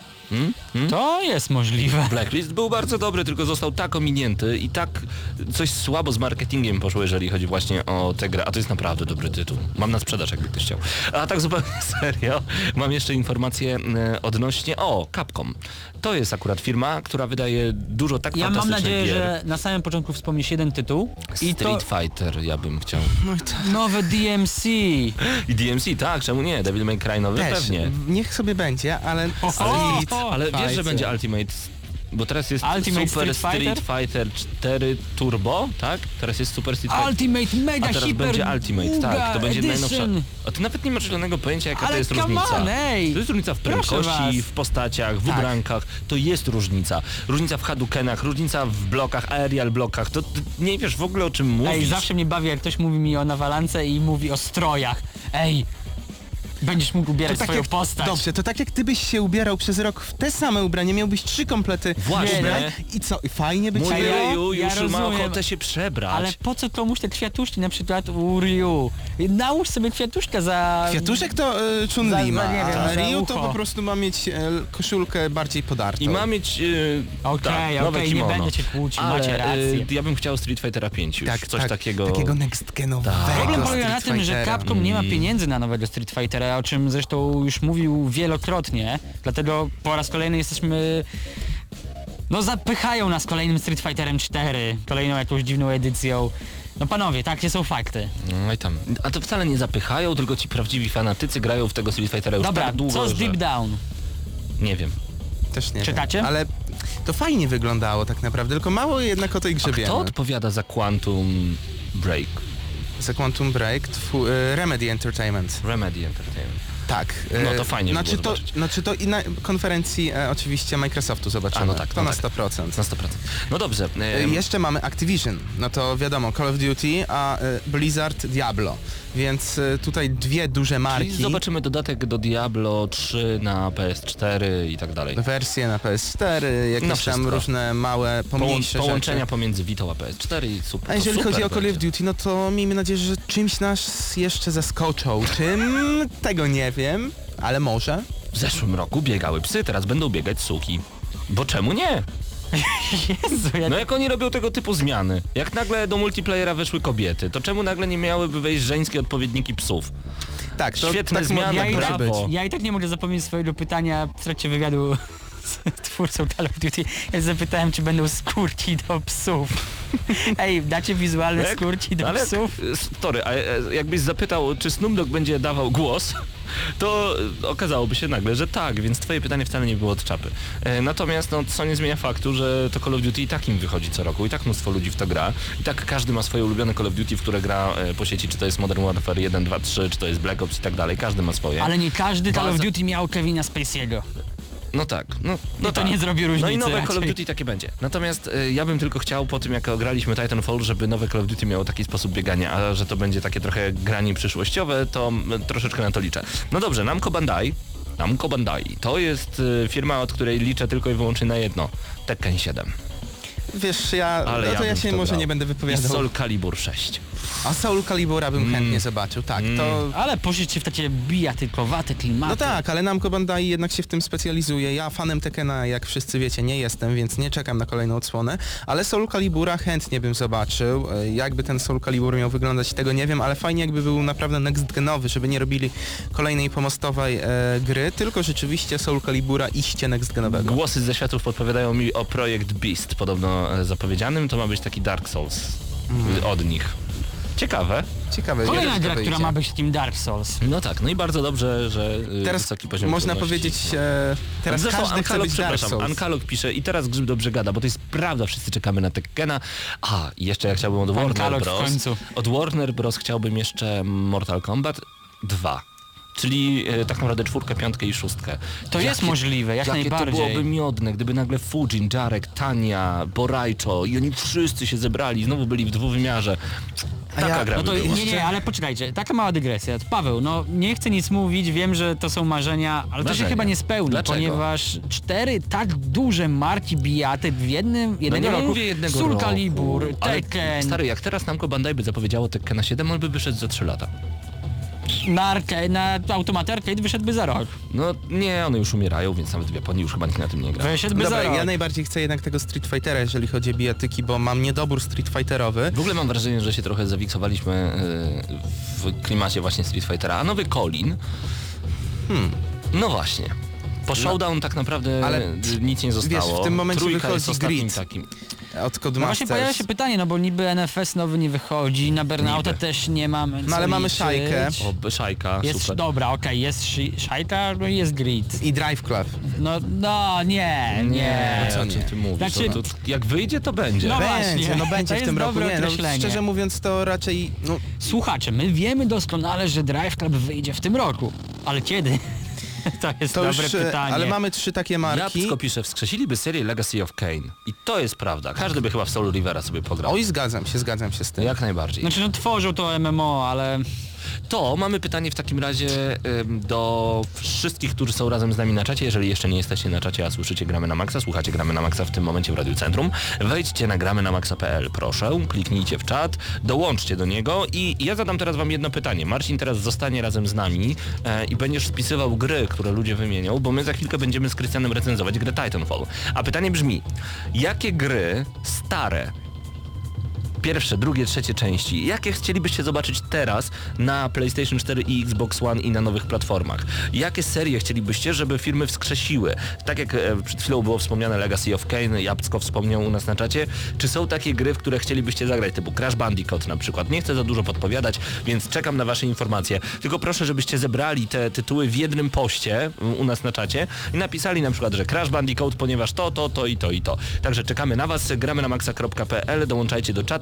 To jest możliwe. Blacklist był bardzo dobry, tylko został tak ominięty i tak coś słabo z marketingiem poszło, jeżeli chodzi właśnie o tę grę, a to jest naprawdę dobry tytuł. Mam na sprzedaż, jakby ktoś chciał. A tak zupełnie serio, mam jeszcze informację odnośnie, Capcom. To jest akurat firma, która wydaje dużo tak Ja mam fantastycznych nadzieję, gier. że na samym początku wspomnisz jeden tytuł i to Street Fighter, ja bym chciał. nowe DMC. I DMC, tak, czemu nie? Devil May Cry nowy, Też, pewnie. niech sobie będzie, ale Ale wiesz, że Fighter. będzie Ultimate, bo teraz jest Ultimate Super Street Fighter 4 Turbo, tak? Teraz jest Super Street Fighter. Ultimate Mega A teraz Hyper będzie Ultimate, Uga tak, to będzie najnowsza. Edition. A ty nawet nie masz zielonego pojęcia, jaka to Ale jest come różnica. on, ej. To jest różnica w Proszę prędkości, was. w postaciach, w Tak. ubrankach. To jest różnica. Różnica w hadukenach, różnica w blokach, aerial blokach. To ty nie wiesz w ogóle o czym mówisz. Ej, zawsze mnie bawi jak ktoś mówi mi o nawalance i mówi o strojach. Ej, będziesz mógł ubierać swoją postać. Dobrze, to tak jak ty byś się ubierał przez rok w te same ubranie, miałbyś 3 komplety Właśnie. ubrań i co, i fajnie by ci Mój Ej, było? Ryu ja już ma rozumiem, ochotę się przebrać. Ale po co komuś te kwiatuszki, na przykład u Ryu? Nałóż sobie kwiatuszka za... Kwiatuszek to Za- Chun-Li ma, za, nie wiem, a za Ryu to ucho. po prostu ma mieć koszulkę bardziej podartą. I ma mieć Okej, nowe okej, nie kimono. będę cię kłócił, Ale, macie rację. ja bym chciał Street Fightera 5 już, coś takiego. Takiego next genowego Problem polega na Street tym, że Fightera. Capcom nie ma pieniędzy na nowego Street Fightera, o czym zresztą już mówił wielokrotnie, dlatego po raz kolejny jesteśmy... No zapychają nas kolejnym Street Fighterem 4, kolejną jakąś dziwną edycją. No panowie, takie są fakty. No i tam. A to wcale nie zapychają, tylko ci prawdziwi fanatycy grają w tego Street Fightera już Dobra, tak długo, co z że... Deep Down? Nie wiem. Też nie Czytacie? wiem, ale to fajnie wyglądało tak naprawdę, tylko mało jednak o tej grze A wiemy. kto odpowiada za Quantum Break? Za Quantum Break, Remedy Entertainment. Remedy Entertainment. Tak. No to fajnie by było zobaczyć. Znaczy to i na konferencji oczywiście Microsoftu zobaczymy. A, no tak, to no na tak. 100%. Na 100%. No dobrze. Jeszcze mamy Activision, no to wiadomo, Call of Duty, a Blizzard Diablo. Więc tutaj dwie duże marki. Czyli zobaczymy dodatek do Diablo 3 na PS4 i tak dalej. Wersje na PS4, jakieś tam wszystko. różne małe, pomniejsze Połączenia rzeczy. pomiędzy Vita a PS4 i super. A to jeżeli super chodzi o Call of będzie. Duty, no to miejmy nadzieję, że czymś nas jeszcze zaskoczą. Czym? Tego nie wiem, ale może. W zeszłym roku biegały psy, teraz będą biegać suki. Bo czemu nie? Jezu, ja... No jak oni robią tego typu zmiany? Jak nagle do multiplayera weszły kobiety, to czemu nagle nie miałyby wejść żeńskie odpowiedniki psów? Tak, to Świetne tak zmiany, może ja, i tak, brawo. ja i tak nie mogę zapomnieć swojego pytania w trakcie wywiadu z twórcą Call of Duty. Ja zapytałem, czy będą skórki do psów. Ej, dacie wizualne Jak- skórki do Ale psów? Sorry, a jakbyś zapytał, czy Snoop Dogg będzie dawał głos, to okazałoby się nagle, że tak, więc twoje pytanie wcale nie było od czapy. Natomiast no, co nie zmienia faktu, że to Call of Duty i tak im wychodzi co roku, i tak mnóstwo ludzi w to gra, i tak każdy ma swoje ulubione Call of Duty, w które gra po sieci, czy to jest Modern Warfare 1, 2, 3, czy to jest Black Ops i tak dalej, każdy ma swoje. Ale nie każdy Call of Baza- Duty miał Kevina Spacey'ego. No tak, no to tak. nie zrobi różnicy No i nowe Call of raczej. Duty takie będzie. Natomiast ja bym tylko chciał po tym, jak graliśmy Titanfall, żeby nowe Call of Duty miało taki sposób biegania, a że to będzie takie trochę granie przyszłościowe, to troszeczkę na to liczę. No dobrze, Namco Bandai. To jest firma, od której liczę tylko i wyłącznie na jedno. Tekken 7. Wiesz, Ale no to ja bym w się to może grał. nie będę I wypowiadał. Soul Calibur 6. A Soul Calibura bym chętnie zobaczył, tak, to... Ale poszliście w takie bijatykowate klimaty. No tak, ale Namco Bandai jednak się w tym specjalizuje. Ja fanem Tekkena, jak wszyscy wiecie, nie jestem, więc nie czekam na kolejną odsłonę, ale Soul Calibura chętnie bym zobaczył. Jakby ten Soul Calibur miał wyglądać, tego nie wiem, ale fajnie jakby był naprawdę next-genowy, żeby nie robili kolejnej pomostowej gry, tylko rzeczywiście Soul Calibura iście next-genowego. Głosy ze światów podpowiadają mi o projekt Beast, podobno zapowiedzianym. To ma być taki Dark Souls od nich. Ciekawe. Ciekawe, Kolejna jak to gra, która wyjdzie. ma być takim Dark Souls. No tak, no i bardzo dobrze, że Teraz wysoki poziom można trudności. powiedzieć, teraz Zresztą każdy chce Ankalog, być Dark przepraszam, Souls. Ankalog pisze i teraz Grzyb dobrze gada, bo to jest prawda, wszyscy czekamy na Tekkena. A, i jeszcze ja chciałbym od Warner Ankalog w Bros. końcu. Od Warner Bros. Chciałbym jeszcze Mortal Kombat 2. Czyli tak naprawdę 4, 5 i 6. To jest możliwe, jak jakie najbardziej. to byłoby miodne, gdyby nagle Fujin, Jarek, Tania, Borajczo i oni wszyscy się zebrali, znowu byli w dwuwymiarze. Taka ja- gra No to by była. nie, ale poczekajcie, taka mała dygresja. Paweł, no nie chcę nic mówić, wiem, że to są marzenia, ale to się Marzenia. chyba nie spełni, Dlaczego? ponieważ 4 tak duże marki bijaty w jednego nie roku. mówię jednego Soul roku. Calibur, Ale Tekken, stary, jak teraz Namco Bandai by zapowiedziało Tekkena 7, on by wyszedł za 3 lata. na automaty arcade wyszedłby za rok. No nie, one już umierają, więc nawet w Japonii już chyba nikt na tym nie gra. Wyszedłby za Dobra, rok. ja najbardziej chcę jednak tego Street Fightera, jeżeli chodzi o bijatyki, bo mam niedobór Street Fighterowy. W ogóle mam wrażenie, że się trochę zawiksowaliśmy w klimacie właśnie Street Fightera, a nowy Colin. No właśnie. Po Showdown tak naprawdę ale nic nie zostało. wiesz, w tym momencie Trójka wychodzi jest ostatnim Grid. takim. Od No Codemasters. właśnie pojawia się pytanie, no bo niby NFS nowy nie wychodzi, na Burnouta Niby. też nie mamy No ale co mamy liczyć. Szajkę. O, Szajka, Jest, super. dobra, okej, jest Szajka, no i jest Grid. I Drive Club. No nie. co co o nie? czym ty mówisz? Znaczy- to jak wyjdzie, to będzie. No Będzie, właśnie, no będzie to w tym jest roku. dobre Nie, no, określenie. szczerze mówiąc to raczej, no, Słuchacze, my wiemy doskonale, że Drive Club wyjdzie w tym roku, ale kiedy? To jest to dobre już, pytanie. ale mamy 3 takie marki. Jabłko pisze, wskrzesiliby serię Legacy of Kain. I to jest prawda. Każdy by chyba w Soul Rivera sobie pograł. Oj, zgadzam się z tym. Jak najbardziej. Znaczy, no tworzą to MMO, ale... To mamy pytanie w takim razie do wszystkich, którzy są razem z nami na czacie. Jeżeli jeszcze nie jesteście na czacie, a słyszycie Gramy na Maxa, słuchacie Gramy na Maxa w tym momencie w Radiu Centrum, wejdźcie na gramynamaxa.pl, proszę, kliknijcie w czat, dołączcie do niego i ja zadam teraz wam jedno pytanie. Marcin teraz zostanie razem z nami i będziesz spisywał gry, które ludzie wymienią, bo my za chwilkę będziemy z Krystianem recenzować grę Titanfall. A pytanie brzmi, jakie gry stare, pierwsze, drugie, trzecie części, jakie chcielibyście zobaczyć teraz na PlayStation 4 i Xbox One i na nowych platformach? Jakie serie chcielibyście, żeby firmy wskrzesiły? Tak jak przed chwilą było wspomniane Legacy of Kain, Jabłko wspomniał u nas na czacie, czy są takie gry, w które chcielibyście zagrać, typu Crash Bandicoot na przykład? Nie chcę za dużo podpowiadać, więc czekam na wasze informacje. Tylko proszę, żebyście zebrali te tytuły w jednym poście u nas na czacie i napisali na przykład, że Crash Bandicoot, ponieważ to i to i to. Także czekamy na was, gramy na maxa.pl, dołączajcie do czata,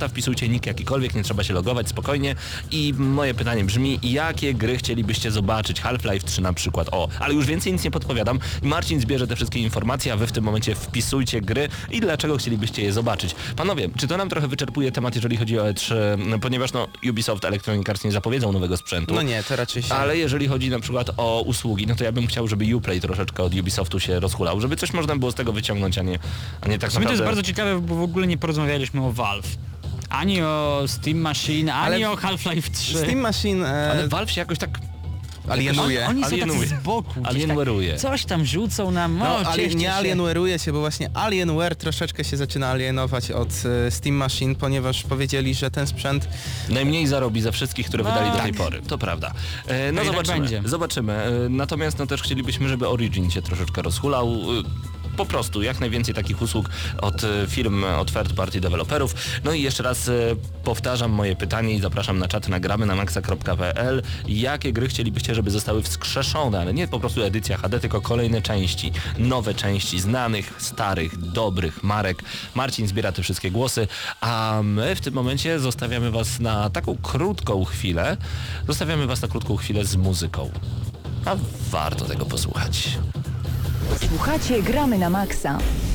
wpisujcie nick jakikolwiek, nie trzeba się logować, spokojnie. I moje pytanie brzmi, jakie gry chcielibyście zobaczyć? Half-Life 3 na przykład, ale już więcej nic nie podpowiadam. Marcin zbierze te wszystkie informacje, a wy w tym momencie wpisujcie gry i dlaczego chcielibyście je zobaczyć. Panowie, czy to nam trochę wyczerpuje temat, jeżeli chodzi o E3, ponieważ Ubisoft, Electronic Arts nie zapowiedzą nowego sprzętu. No nie, to raczej się... Ale jeżeli chodzi na przykład o usługi, no to ja bym chciał, żeby Uplay troszeczkę od Ubisoftu się rozhulał, żeby coś można było z tego wyciągnąć, a nie tak W sumie to jest naprawdę... bardzo ciekawe, bo w ogóle nie porozmawialiśmy o Valve. Ani o Steam Machine, ani Ale o Half-Life 3. Steam Machine Ale Valve się jakoś tak alienuje. Oni są Alienuje. tacy z boku. gdzieś Alienwareuje. Tak, coś tam rzucą nam, cieszcie nie się. alienuje się, bo właśnie Alienware troszeczkę się zaczyna alienować od Steam Machine, ponieważ powiedzieli, że ten sprzęt... Najmniej zarobi ze wszystkich, które wydali do tej pory. To prawda. No i tak zobaczymy. będzie. Zobaczymy. Natomiast też chcielibyśmy, żeby Origin się troszeczkę rozhulał. Po prostu jak najwięcej takich usług od firm, od third party deweloperów. No i jeszcze raz powtarzam moje pytanie i zapraszam na czat na gramy na maxa.pl. Jakie gry chcielibyście, żeby zostały wskrzeszone, ale nie po prostu edycja HD, tylko kolejne części, nowe części znanych, starych, dobrych marek. Marcin zbiera te wszystkie głosy, a my w tym momencie zostawiamy was na taką krótką chwilę. Zostawiamy was na krótką chwilę z muzyką. A warto tego posłuchać. Słuchacie Gramy na Maxa.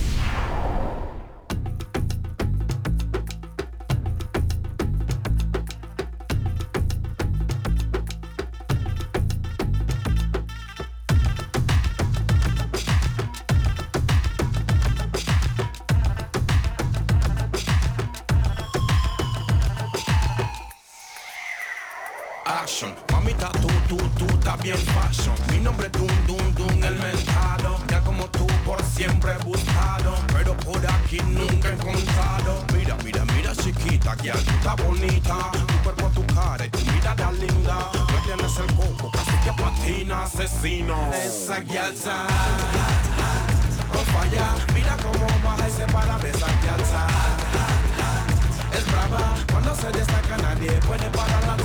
Action, mamita, tú estás bien fashion. Mi nombre es Dun, el mentado. Ya como tú por siempre he buscado, pero por aquí nunca he encontrado. Mira, chiquita, que tú estás bonita. Tu cuerpo, tu cara y tu mirada linda. No tienes el coco, casi que patina, asesino. Esa guialza, con falla. Mira cómo baja y se para de esa guialza. Es brava, cuando se destaca nadie puede pararla.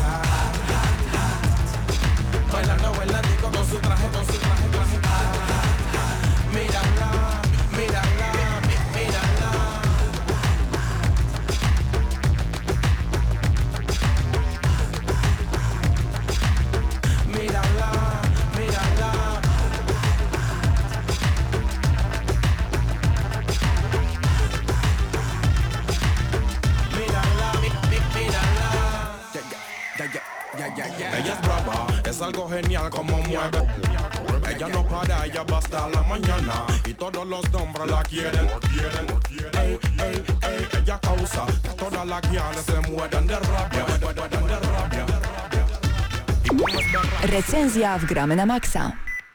Bailando, con su traje. Mírala. Ella es brava, es algo genial como mueve. Ella no para, ella va hasta la mañana. Y todos los hombres la quieren. Ey, ella causa que todas las guianas se mueran de rabia. Y como es verdad. Recenzja w Gramy na Maxa.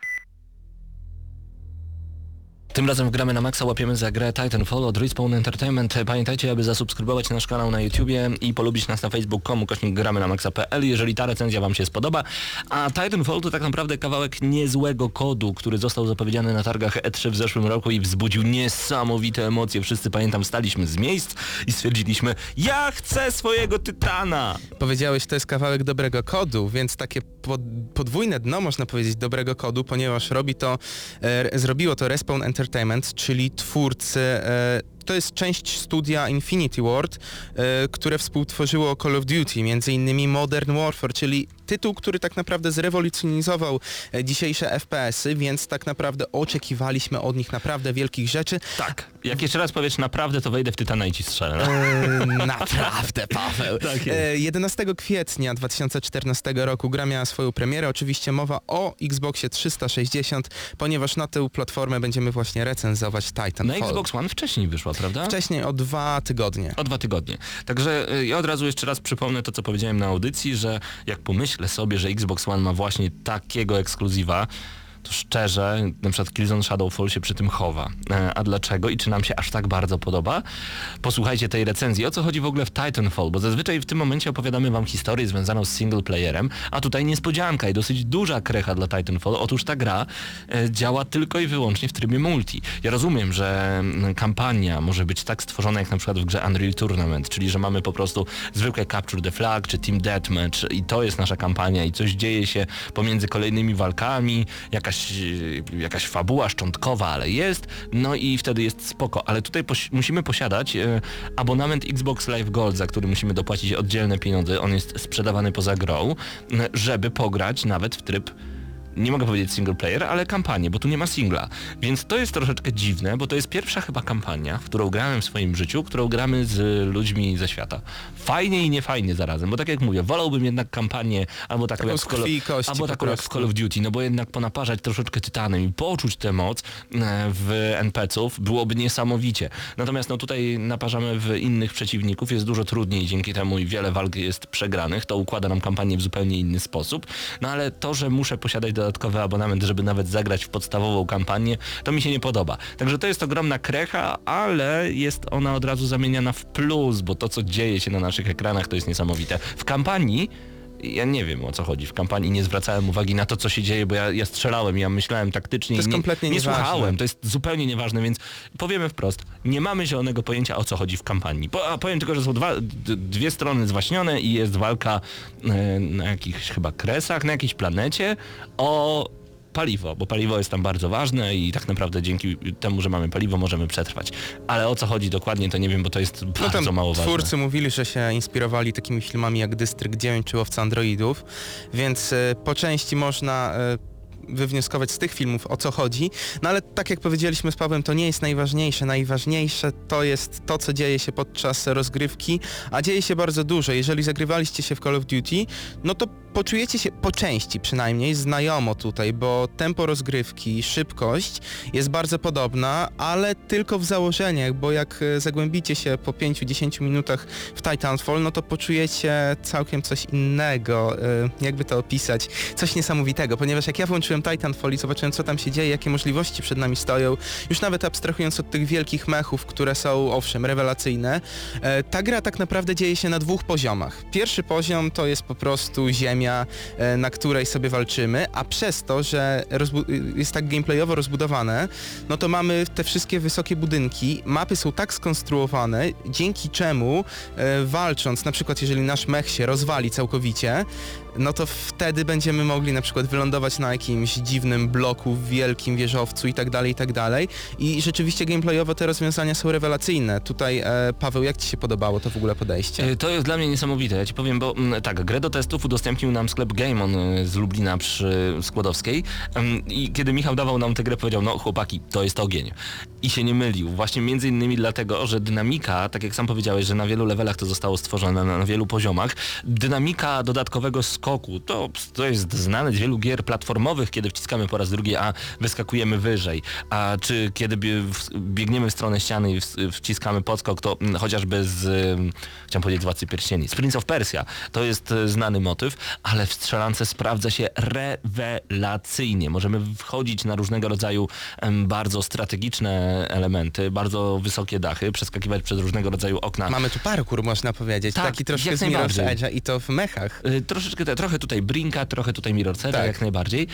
Tym razem w Gramy na Maxa łapiemy za grę Titanfall od Respawn Entertainment. Pamiętajcie, aby zasubskrybować nasz kanał na YouTubie i polubić nas na facebook.com/gramy na maxa.pl, jeżeli ta recenzja wam się spodoba. A Titanfall to tak naprawdę kawałek niezłego kodu, który został zapowiedziany na targach E3 w zeszłym roku i wzbudził niesamowite emocje. Wszyscy, pamiętam, staliśmy z miejsc i stwierdziliśmy: ja chcę swojego Tytana! Powiedziałeś, to jest kawałek dobrego kodu, więc takie podwójne dno, można powiedzieć, dobrego kodu, ponieważ zrobiło to Respawn Entertainment, czyli twórcy... To jest część studia Infinity Ward, które współtworzyło Call of Duty, między innymi Modern Warfare, czyli tytuł, który tak naprawdę zrewolucjonizował dzisiejsze FPS-y, więc tak naprawdę oczekiwaliśmy od nich naprawdę wielkich rzeczy. Tak. Jak jeszcze raz powiesz naprawdę, to wejdę w Tytana i ci strzelę. Naprawdę, Paweł. Tak jest. 11 kwietnia 2014 roku gra miała swoją premierę. Oczywiście mowa o Xboxie 360, ponieważ na tę platformę będziemy właśnie recenzować Titanfall. Na Xbox One wcześniej wyszła, prawda? Wcześniej o 2 tygodnie. O 2 tygodnie. Także ja od razu jeszcze raz przypomnę to, co powiedziałem na audycji, że jak pomyślę sobie, że Xbox One ma właśnie takiego ekskluzywa, to szczerze, na przykład Killzone Shadowfall się przy tym chowa. A dlaczego i czy nam się aż tak bardzo podoba? Posłuchajcie tej recenzji. O co chodzi w ogóle w Titanfall? Bo zazwyczaj w tym momencie opowiadamy wam historię związaną z single playerem, a tutaj niespodzianka i dosyć duża krecha dla Titanfall. Otóż ta gra działa tylko i wyłącznie w trybie multi. Ja rozumiem, że kampania może być tak stworzona jak na przykład w grze Unreal Tournament, czyli że mamy po prostu zwykłe Capture the Flag czy Team Deathmatch i to jest nasza kampania i coś dzieje się pomiędzy kolejnymi walkami, jakaś jakaś fabuła szczątkowa, ale jest, no i wtedy jest spoko, ale tutaj musimy posiadać abonament Xbox Live Gold, za który musimy dopłacić oddzielne pieniądze, on jest sprzedawany poza grą, żeby pograć nawet w tryb, nie mogę powiedzieć single player, ale kampanię, bo tu nie ma singla. Więc to jest troszeczkę dziwne, bo to jest pierwsza chyba kampania, w którą grałem w swoim życiu, którą gramy z ludźmi ze świata. Fajnie i niefajnie zarazem, bo tak jak mówię, wolałbym jednak kampanię albo taką jak w Call of Duty, no bo jednak ponaparzać troszeczkę tytanem i poczuć tę moc w NPC-ów byłoby niesamowicie. Natomiast no tutaj naparzamy w innych przeciwników, jest dużo trudniej dzięki temu i wiele walk jest przegranych, to układa nam kampanię w zupełnie inny sposób, no ale to, że muszę posiadać dodatkowy abonament, żeby nawet zagrać w podstawową kampanię, to mi się nie podoba. Także to jest ogromna krecha, ale jest ona od razu zamieniana w plus, bo to, co dzieje się na naszych ekranach, to jest niesamowite. W kampanii ja nie wiem, o co chodzi. W kampanii nie zwracałem uwagi na to, co się dzieje, bo ja strzelałem, ja myślałem taktycznie. To jest kompletnie nie nieważne. słuchałem, to jest zupełnie nieważne, więc powiemy wprost, nie mamy zielonego pojęcia, o co chodzi w kampanii. Powiem tylko, że są dwie strony zwaśnione i jest walka na jakichś chyba kresach, na jakiejś planecie o paliwo, bo paliwo jest tam bardzo ważne i tak naprawdę dzięki temu, że mamy paliwo, możemy przetrwać. Ale o co chodzi dokładnie, to nie wiem, bo to jest bardzo mało ważne. Twórcy mówili, że się inspirowali takimi filmami jak Dystrykt 9 czy Łowca Androidów, więc po części można wywnioskować z tych filmów, o co chodzi, no ale tak jak powiedzieliśmy z Pawłem, to nie jest najważniejsze. Najważniejsze to jest to, co dzieje się podczas rozgrywki, a dzieje się bardzo dużo. Jeżeli zagrywaliście się w Call of Duty, no to poczujecie się po części przynajmniej znajomo tutaj, bo tempo rozgrywki, szybkość jest bardzo podobna, ale tylko w założeniach, bo jak zagłębicie się po 5-10 minutach w Titanfall, no to poczujecie całkiem coś innego, jakby to opisać, coś niesamowitego, ponieważ jak ja włączyłem Titanfall i zobaczyłem, co tam się dzieje, jakie możliwości przed nami stoją, już nawet abstrahując od tych wielkich mechów, które są, owszem, rewelacyjne, ta gra tak naprawdę dzieje się na 2 poziomach. Pierwszy poziom to jest po prostu ziemia, na której sobie walczymy, a przez to, że jest tak gameplayowo rozbudowane, no to mamy te wszystkie wysokie budynki, mapy są tak skonstruowane, dzięki czemu walcząc, na przykład jeżeli nasz mech się rozwali całkowicie, no to wtedy będziemy mogli na przykład wylądować na jakimś dziwnym bloku, wielkim wieżowcu i tak dalej. I rzeczywiście gameplayowo te rozwiązania są rewelacyjne. Tutaj, Paweł, jak Ci się podobało to w ogóle podejście? To jest dla mnie niesamowite, ja Ci powiem, bo tak, grę do testów udostępnił nam sklep Gameon z Lublina przy Skłodowskiej i kiedy Michał dawał nam tę grę, powiedział, no chłopaki, to jest ogień. I się nie mylił. Właśnie między innymi dlatego, że dynamika, tak jak sam powiedziałeś, że na wielu levelach to zostało stworzone, na wielu poziomach, dynamika dodatkowego skoku, to jest znane z wielu gier platformowych, kiedy wciskamy po raz drugi, a wyskakujemy wyżej, a czy kiedy biegniemy w stronę ściany i wciskamy podskok, to chociażby chciałem powiedzieć Władcy Pierścieni, z Prince of Persia, to jest znany motyw, ale w strzelance sprawdza się rewelacyjnie. Możemy wchodzić na różnego rodzaju bardzo strategiczne elementy, bardzo wysokie dachy, przeskakiwać przez różnego rodzaju okna. Mamy tu parkour, można powiedzieć, tak, taki troszkę z Mirror's Edge'a i to w mechach. Trochę tutaj Brinka, trochę tutaj Mirror's Edge'a, tak, jak najbardziej.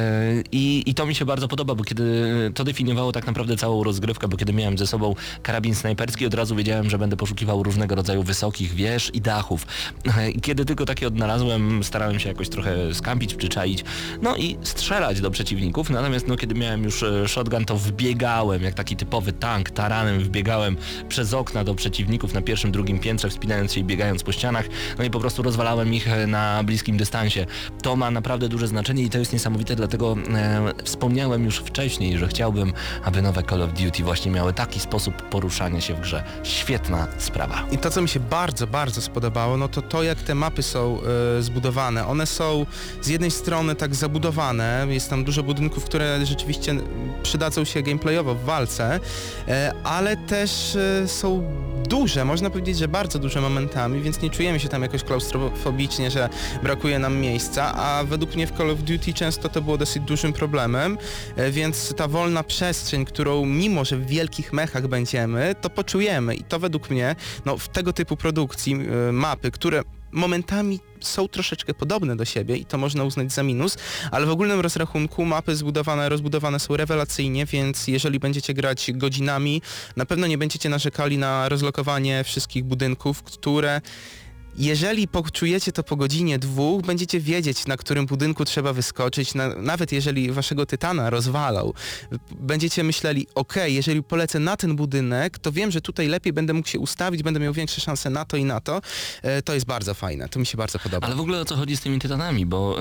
I to mi się bardzo podoba, bo kiedy to definiowało tak naprawdę całą rozgrywkę, bo kiedy miałem ze sobą karabin snajperski, od razu wiedziałem, że będę poszukiwał różnego rodzaju wysokich wież i dachów. I kiedy tylko takie odnalazłem, starałem się jakoś trochę skampić, przyczaić, no i strzelać do przeciwników, natomiast kiedy miałem już shotgun, to wbiegałem, jak taki typowy tank, taranem wbiegałem przez okna do przeciwników na pierwszym, drugim piętrze, wspinając się i biegając po ścianach, no i po prostu rozwalałem ich na bliskim dystansie. To ma naprawdę duże znaczenie i to jest niesamowite, dlatego wspomniałem już wcześniej, że chciałbym, aby nowe Call of Duty właśnie miały taki sposób poruszania się w grze. Świetna sprawa. I to, co mi się bardzo, bardzo spodobało, no to jak te mapy są zbudowane. One są z jednej strony tak zabudowane, jest tam dużo budynków, które rzeczywiście przydadzą się gameplayowo w walce, ale też są duże, można powiedzieć, że bardzo duże momentami, więc nie czujemy się tam jakoś klaustrofobicznie, że brakuje nam miejsca, a według mnie w Call of Duty często to było dosyć dużym problemem, więc ta wolna przestrzeń, którą mimo, że w wielkich mechach będziemy, to poczujemy i to według mnie, no w tego typu produkcji mapy, które momentami są troszeczkę podobne do siebie i to można uznać za minus, ale w ogólnym rozrachunku mapy rozbudowane są rewelacyjnie, więc jeżeli będziecie grać godzinami, na pewno nie będziecie narzekali na rozlokowanie wszystkich budynków, które Jeżeli poczujecie to po godzinie 2, będziecie wiedzieć, na którym budynku trzeba wyskoczyć, nawet jeżeli waszego tytana rozwalał, będziecie myśleli, jeżeli polecę na ten budynek, to wiem, że tutaj lepiej będę mógł się ustawić, będę miał większe szanse na to i na to. To jest bardzo fajne, to mi się bardzo podoba. Ale w ogóle o co chodzi z tymi tytanami, bo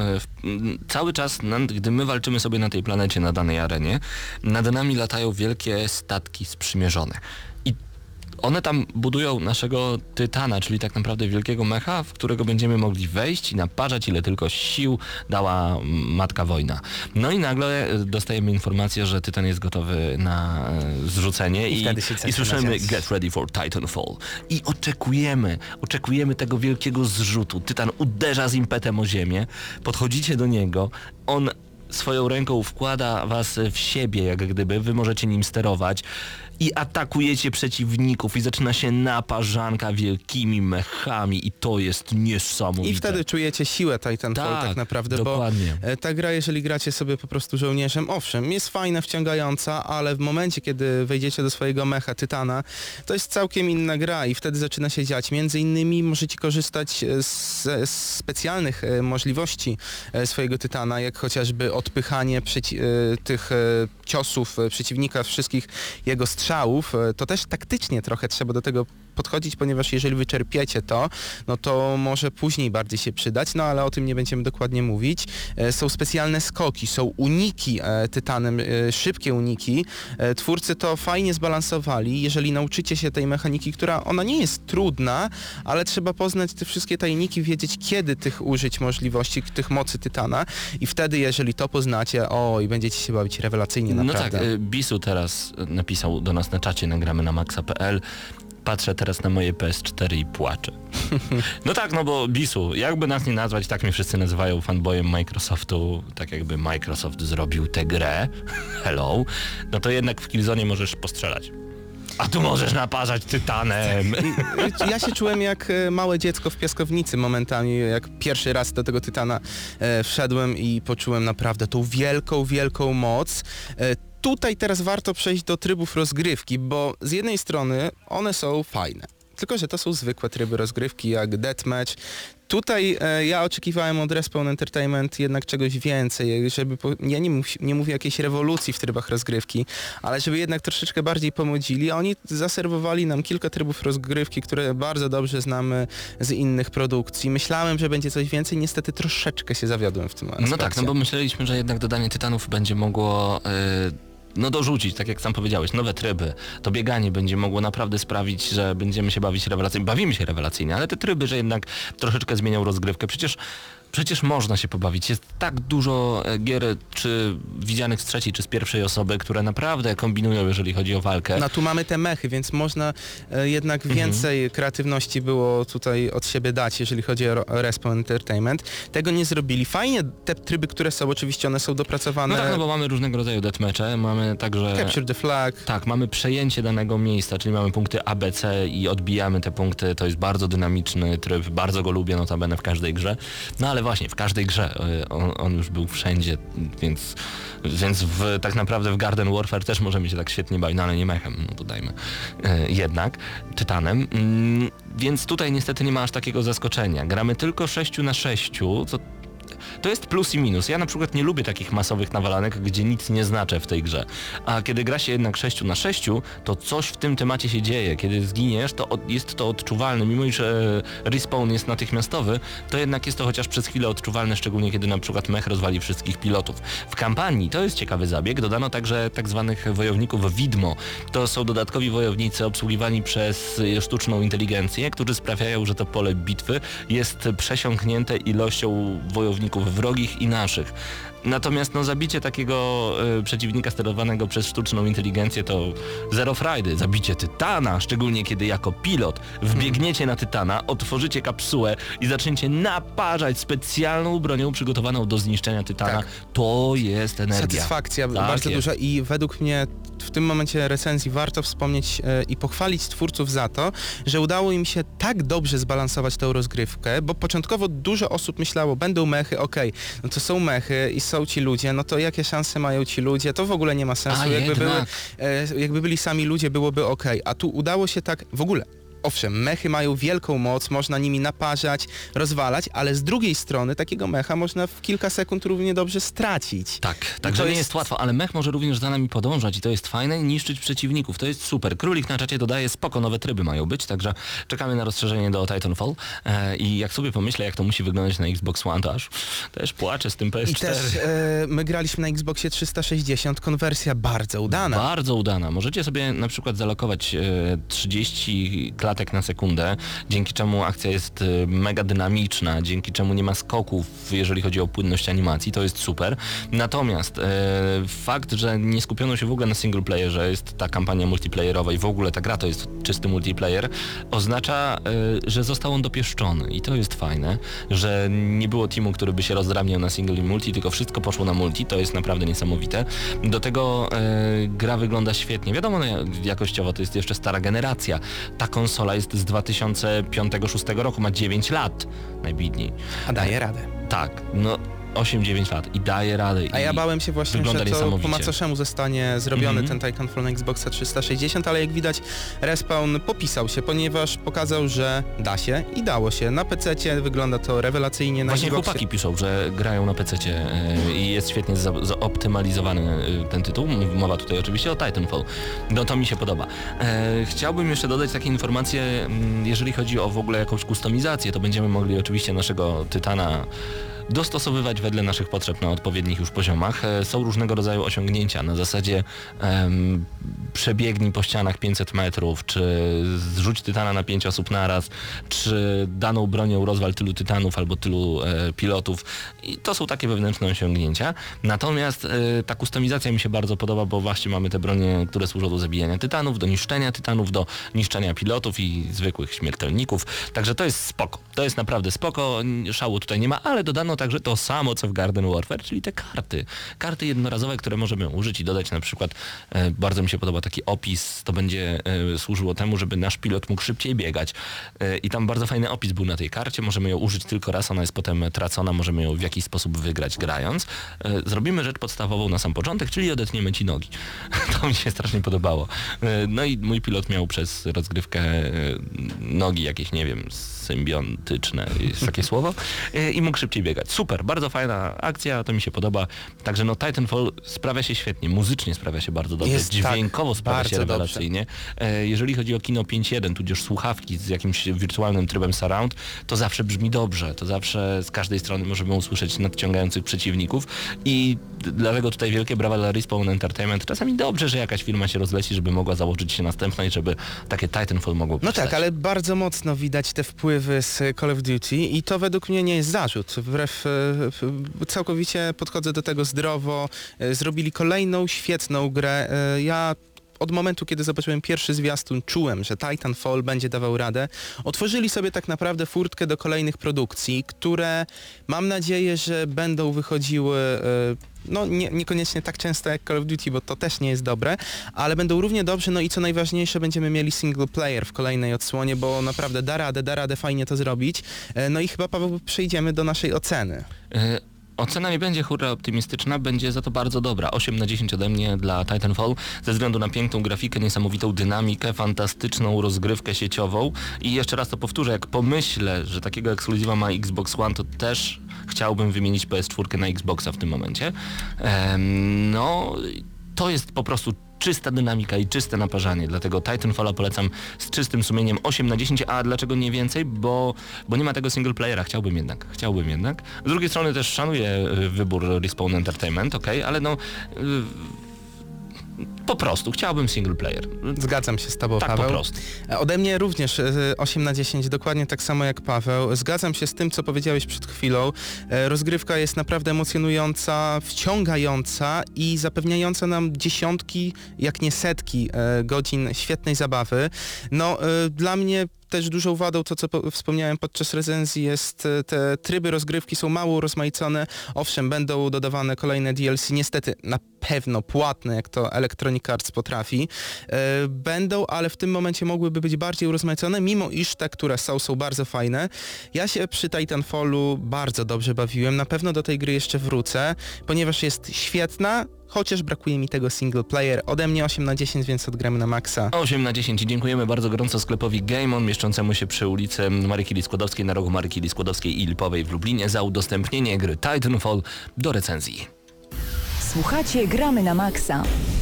cały czas, gdy my walczymy sobie na tej planecie, na danej arenie, nad nami latają wielkie statki sprzymierzone. I one tam budują naszego tytana, czyli tak naprawdę wielkiego mecha, w którego będziemy mogli wejść i naparzać, ile tylko sił dała matka wojna. No i nagle dostajemy informację, że tytan jest gotowy na zrzucenie I wtedy się i słyszymy zaczyna Get ready for Titanfall. I oczekujemy tego wielkiego zrzutu. Tytan uderza z impetem o ziemię, podchodzicie do niego, on swoją ręką wkłada was w siebie, jak gdyby, wy możecie nim sterować i atakujecie przeciwników i zaczyna się naparzanka wielkimi mechami i to jest niesamowite. I wtedy czujecie siłę Titanfall tak naprawdę, dokładnie. Bo ta gra, jeżeli gracie sobie po prostu żołnierzem, owszem, jest fajna, wciągająca, ale w momencie, kiedy wejdziecie do swojego mecha Tytana, to jest całkiem inna gra i wtedy zaczyna się dziać. Między innymi możecie korzystać z specjalnych możliwości swojego Tytana, jak chociażby odpychanie tych ciosów przeciwnika, wszystkich jego strzałów. To też taktycznie trochę trzeba do tego podchodzić, ponieważ jeżeli wyczerpiecie to, no to może później bardziej się przydać, no ale o tym nie będziemy dokładnie mówić. Są specjalne skoki, są uniki Tytanem, szybkie uniki. Twórcy to fajnie zbalansowali. Jeżeli nauczycie się tej mechaniki, która ona nie jest trudna, ale trzeba poznać te wszystkie tajniki, wiedzieć kiedy tych użyć możliwości, tych mocy Tytana i wtedy, jeżeli to poznacie, i będziecie się bawić rewelacyjnie, naprawdę. No tak, Bisu teraz napisał do nas na czacie, nagramy na maxa.pl. Patrzę teraz na moje PS4 i płaczę. No tak, no bo Bisu, jakby nas nie nazwać, tak mnie wszyscy nazywają fanboyem Microsoftu, tak jakby Microsoft zrobił tę grę, hello, no to jednak w Killzone możesz postrzelać. A tu możesz naparzać tytanem. Ja się czułem jak małe dziecko w piaskownicy momentami, jak pierwszy raz do tego Tytana wszedłem i poczułem naprawdę tą wielką moc. Tutaj teraz warto przejść do trybów rozgrywki, bo z jednej strony one są fajne, tylko że to są zwykłe tryby rozgrywki jak Deathmatch. Tutaj ja oczekiwałem od Respawn Entertainment jednak czegoś więcej, żeby ja nie mówię o jakiejś rewolucji w trybach rozgrywki, ale żeby jednak troszeczkę bardziej pomodzili. Oni zaserwowali nam kilka trybów rozgrywki, które bardzo dobrze znamy z innych produkcji. Myślałem, że będzie coś więcej, niestety troszeczkę się zawiodłem w tym aspekcie. No tak, no bo myśleliśmy, że jednak dodanie tytanów będzie mogło dorzucić, tak jak sam powiedziałeś, nowe tryby. To bieganie będzie mogło naprawdę sprawić, że będziemy się bawić rewelacyjnie. Bawimy się rewelacyjnie, ale te tryby, że jednak troszeczkę zmienią rozgrywkę. Przecież można się pobawić. Jest tak dużo gier, czy widzianych z trzeciej, czy z pierwszej osoby, które naprawdę kombinują, jeżeli chodzi o walkę. No tu mamy te mechy, więc można jednak więcej kreatywności było tutaj od siebie dać, jeżeli chodzi o Respawn Entertainment. Tego nie zrobili. Fajnie te tryby, które są, oczywiście one są dopracowane. No tak, no bo mamy różnego rodzaju deathmatche, mamy także... Capture the flag. Tak, mamy przejęcie danego miejsca, czyli mamy punkty ABC i odbijamy te punkty. To jest bardzo dynamiczny tryb, bardzo go lubię, notabene w każdej grze. No ale właśnie, w każdej grze on już był wszędzie, więc tak naprawdę w Garden Warfare też możemy się tak świetnie bawić, no ale nie mechem, no dodajmy, jednak Tytanem, więc tutaj niestety nie ma aż takiego zaskoczenia. Gramy tylko 6-6, co to jest plus i minus. Ja na przykład nie lubię takich masowych nawalanek, gdzie nic nie znaczę w tej grze. A kiedy gra się jednak 6-6, to coś w tym temacie się dzieje. Kiedy zginiesz, to jest to odczuwalne. Mimo iż respawn jest natychmiastowy, to jednak jest to chociaż przez chwilę odczuwalne, szczególnie kiedy na przykład mech rozwali wszystkich pilotów. W kampanii, to jest ciekawy zabieg, dodano także tak zwanych wojowników widmo. To są dodatkowi wojownicy obsługiwani przez sztuczną inteligencję, którzy sprawiają, że to pole bitwy jest przesiąknięte ilością wojowników wrogich i naszych. Natomiast zabicie takiego przeciwnika sterowanego przez sztuczną inteligencję to zero frajdy. Zabicie Tytana, szczególnie kiedy jako pilot wbiegniecie na Tytana, otworzycie kapsułę i zaczniecie naparzać specjalną bronią przygotowaną do zniszczenia Tytana. Tak. To jest energia. Satysfakcja tak bardzo jest. duża i według mnie w tym momencie recenzji warto wspomnieć i pochwalić twórców za to, że udało im się tak dobrze zbalansować tę rozgrywkę, bo początkowo dużo osób myślało, będą mechy, no to są mechy i są ci ludzie, no to jakie szanse mają ci ludzie, to w ogóle nie ma sensu. Jakby byli sami ludzie, byłoby a tu udało się tak, w ogóle owszem, mechy mają wielką moc, można nimi naparzać, rozwalać, ale z drugiej strony takiego mecha można w kilka sekund równie dobrze stracić. Tak, także nie jest łatwo, ale mech może również za nami podążać i to jest fajne, niszczyć przeciwników, to jest super. Królik na czacie dodaje, spoko, nowe tryby mają być, także czekamy na rozszerzenie do Titanfall i jak sobie pomyślę, jak to musi wyglądać na Xbox One, to aż też płaczę z tym PS4. I też my graliśmy na Xboxie 360, konwersja bardzo udana. Bardzo udana. Możecie sobie na przykład zalokować 30 klatek na sekundę, dzięki czemu akcja jest mega dynamiczna, dzięki czemu nie ma skoków, jeżeli chodzi o płynność animacji, to jest super. Natomiast fakt, że nie skupiono się w ogóle na single playerze, jest ta kampania multiplayerowa i w ogóle ta gra to jest czysty multiplayer, oznacza, że został on dopieszczony i to jest fajne, że nie było teamu, który by się rozdrabniał na single i multi, tylko wszystko poszło na multi, to jest naprawdę niesamowite. Do tego gra wygląda świetnie. Wiadomo, jakościowo to jest jeszcze stara generacja. Ta konsola jest z 2005-2006 roku, ma 9 lat najbidniej. A daje radę. Tak, no 8-9 lat i daje radę. A ja bałem się właśnie, że to niesamowicie. po macoszemu zostanie zrobiony ten Titanfall na Xboxa 360, ale jak widać Respawn popisał się, ponieważ pokazał, że da się i dało się. Na PC-cie wygląda to rewelacyjnie. Na Właśnie Xboxie... chłopaki piszą, że grają na PC-cie i jest świetnie zoptymalizowany ten tytuł. Mowa tutaj oczywiście o Titanfall. No to mi się podoba. Chciałbym jeszcze dodać takie informacje, jeżeli chodzi o w ogóle jakąś kustomizację, to będziemy mogli oczywiście naszego Tytana dostosowywać wedle naszych potrzeb na odpowiednich już poziomach. Są różnego rodzaju osiągnięcia na zasadzie przebiegnij po ścianach 500 metrów, czy zrzuć tytana na 5 osób naraz, czy daną bronią rozwal tylu tytanów albo tylu pilotów. I to są takie wewnętrzne osiągnięcia. Natomiast ta kustomizacja mi się bardzo podoba, bo właśnie mamy te bronie, które służą do zabijania tytanów, do niszczenia tytanów, do niszczenia pilotów i zwykłych śmiertelników. Także to jest spoko. To jest naprawdę spoko. Szału tutaj nie ma, ale dodano także to samo, co w Garden Warfare, czyli te karty. Karty jednorazowe, które możemy użyć i dodać na przykład, bardzo mi się podoba taki opis, to będzie służyło temu, żeby nasz pilot mógł szybciej biegać. I tam bardzo fajny opis był na tej karcie, możemy ją użyć tylko raz, ona jest potem tracona, możemy ją w jakiś sposób wygrać grając. Zrobimy rzecz podstawową na sam początek, czyli odetniemy ci nogi. To mi się strasznie podobało. No i mój pilot miał przez rozgrywkę nogi jakieś, nie wiem, symbiontyczne, jest takie słowo, i mógł szybciej biegać. Super, bardzo fajna akcja, to mi się podoba. Także no Titanfall sprawia się świetnie, muzycznie sprawia się bardzo dobrze, Jest dźwiękowo tak, sprawia się bardzo rewelacyjnie. Jeżeli chodzi o Kino 5.1, tudzież słuchawki z jakimś wirtualnym trybem surround, to zawsze brzmi dobrze, to zawsze z każdej strony możemy usłyszeć nadciągających przeciwników i dlatego tutaj wielkie brawa dla Respawn Entertainment. Czasami dobrze, że jakaś firma się rozleci, żeby mogła założyć się następna i żeby takie Titanfall mogło powstać. No tak, ale bardzo mocno widać te wpływy z Call of Duty i to według mnie nie jest zarzut. Wbrew całkowicie podchodzę do tego zdrowo. Zrobili kolejną świetną grę. Ja od momentu, kiedy zobaczyłem pierwszy zwiastun, czułem, że Titanfall będzie dawał radę. Otworzyli sobie tak naprawdę furtkę do kolejnych produkcji, które mam nadzieję, że będą wychodziły no niekoniecznie tak często jak Call of Duty, bo to też nie jest dobre, ale będą równie dobrze, no i co najważniejsze, będziemy mieli single player w kolejnej odsłonie, bo naprawdę da radę fajnie to zrobić. No i chyba, Paweł, przejdziemy do naszej oceny. Ocena nie będzie hurra optymistyczna, będzie za to bardzo dobra. 8/10 ode mnie dla Titanfall, ze względu na piękną grafikę, niesamowitą dynamikę, fantastyczną rozgrywkę sieciową i jeszcze raz to powtórzę, jak pomyślę, że takiego ekskluzywa ma Xbox One, to też chciałbym wymienić PS4 na Xboxa w tym momencie. No, to jest po prostu czysta dynamika i czyste naparzanie, dlatego Titanfalla polecam z czystym sumieniem 8/10, a dlaczego nie więcej? Bo nie ma tego single playera, chciałbym jednak. Z drugiej strony też szanuję wybór Respawn Entertainment, okej, ale no po prostu chciałbym single player. Zgadzam się z tobą, tak, Paweł. po prostu. Ode mnie również 8/10, dokładnie tak samo jak Paweł. Zgadzam się z tym, co powiedziałeś przed chwilą. Rozgrywka jest naprawdę emocjonująca, wciągająca i zapewniająca nam dziesiątki, jak nie setki godzin świetnej zabawy. No, dla mnie też dużą wadą, to co wspomniałem podczas recenzji, jest te tryby rozgrywki są mało urozmaicone. Owszem, będą dodawane kolejne DLC, niestety na pewno płatne, jak to Electronic Electronic Arts potrafi. Będą, ale w tym momencie mogłyby być bardziej urozmaicone, mimo iż te, które są bardzo fajne. Ja się przy Titanfallu bardzo dobrze bawiłem, na pewno do tej gry jeszcze wrócę, ponieważ jest świetna, chociaż brakuje mi tego single player. Ode mnie 8/10, więc odgramy na maksa. 8/10 i dziękujemy bardzo gorąco sklepowi Game On, mieszczącemu się przy ulicy Maryki Lis-Skłodowskiej, na rogu Maryki Lis-Skłodowskiej i Lipowej w Lublinie, za udostępnienie gry Titanfall do recenzji. Słuchacie Gramy na maksa.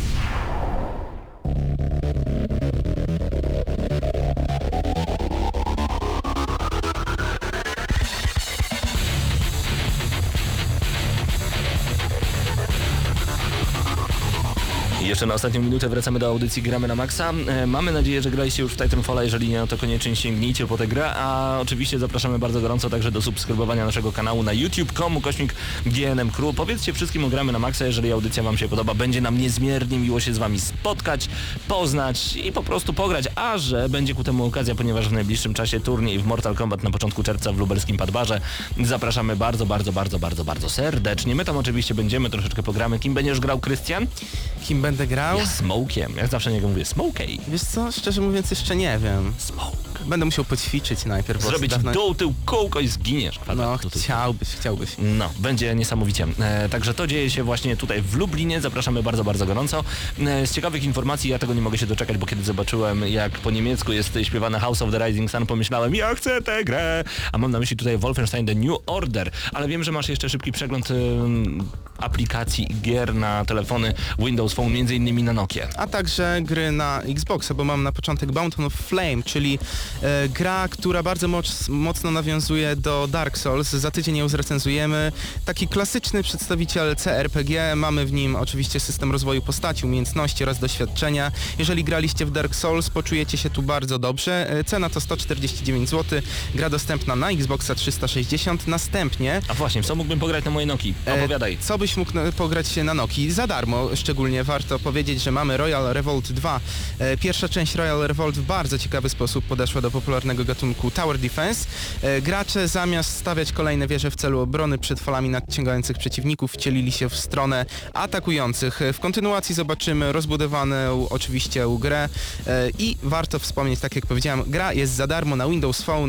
Jeszcze na ostatnią minutę wracamy do audycji Gramy na Maxa. Mamy nadzieję, że graliście już w Titanfalla, jeżeli nie, no to koniecznie sięgnijcie po tę grę, a oczywiście zapraszamy bardzo gorąco także do subskrybowania naszego kanału na youtube.com/GNM Crew. Powiedzcie wszystkim o Gramy na Maxa, jeżeli audycja wam się podoba, będzie nam niezmiernie miło się z wami spotkać, poznać i po prostu pograć, a że będzie ku temu okazja, ponieważ w najbliższym czasie turniej w Mortal Kombat na początku czerwca w lubelskim Padbarze. Zapraszamy bardzo serdecznie. My tam oczywiście będziemy, troszeczkę pogramy. Kim będziesz grał, Krystian? Kim będę grał? Ja Smokiem. Jak zawsze niego mówię, Smokey. Wiesz co, szczerze mówiąc jeszcze nie wiem. Smoke. Będę musiał poćwiczyć najpierw. bo Zrobić dawno... dół, tył, kółko i zginiesz. No, Tu. chciałbyś. No, będzie niesamowicie. Także to dzieje się właśnie tutaj w Lublinie. Zapraszamy bardzo gorąco. Z ciekawych informacji, ja tego nie mogę się doczekać, bo kiedy zobaczyłem, jak po niemiecku jest śpiewane House of the Rising Sun, pomyślałem, ja chcę tę grę. A mam na myśli tutaj Wolfenstein The New Order. Ale wiem, że masz jeszcze szybki przegląd aplikacji i gier na telefony Windows Phone, między innymi na Nokię. A także gry na Xboxa, bo mam na początek Bound of Flame, czyli gra, która bardzo mocno nawiązuje do Dark Souls. Za tydzień ją zrecenzujemy. Taki klasyczny przedstawiciel CRPG. Mamy w nim oczywiście system rozwoju postaci, umiejętności oraz doświadczenia. Jeżeli graliście w Dark Souls, poczujecie się tu bardzo dobrze. Cena to 149 zł. Gra dostępna na Xboxa 360. Następnie... A właśnie, w co mógłbym pograć na mojej Nokii? Opowiadaj. Co byś mógł pograć na Nokii? Za darmo. Szczególnie warto powiedzieć, że mamy Royal Revolt 2. Pierwsza część Royal Revolt w bardzo ciekawy sposób podeszła do popularnego gatunku Tower Defense. Gracze zamiast stawiać kolejne wieże w celu obrony przed falami nadciągających przeciwników, wcielili się w stronę atakujących. W kontynuacji zobaczymy rozbudowaną oczywiście grę i warto wspomnieć, tak jak powiedziałem, gra jest za darmo na Windows Phone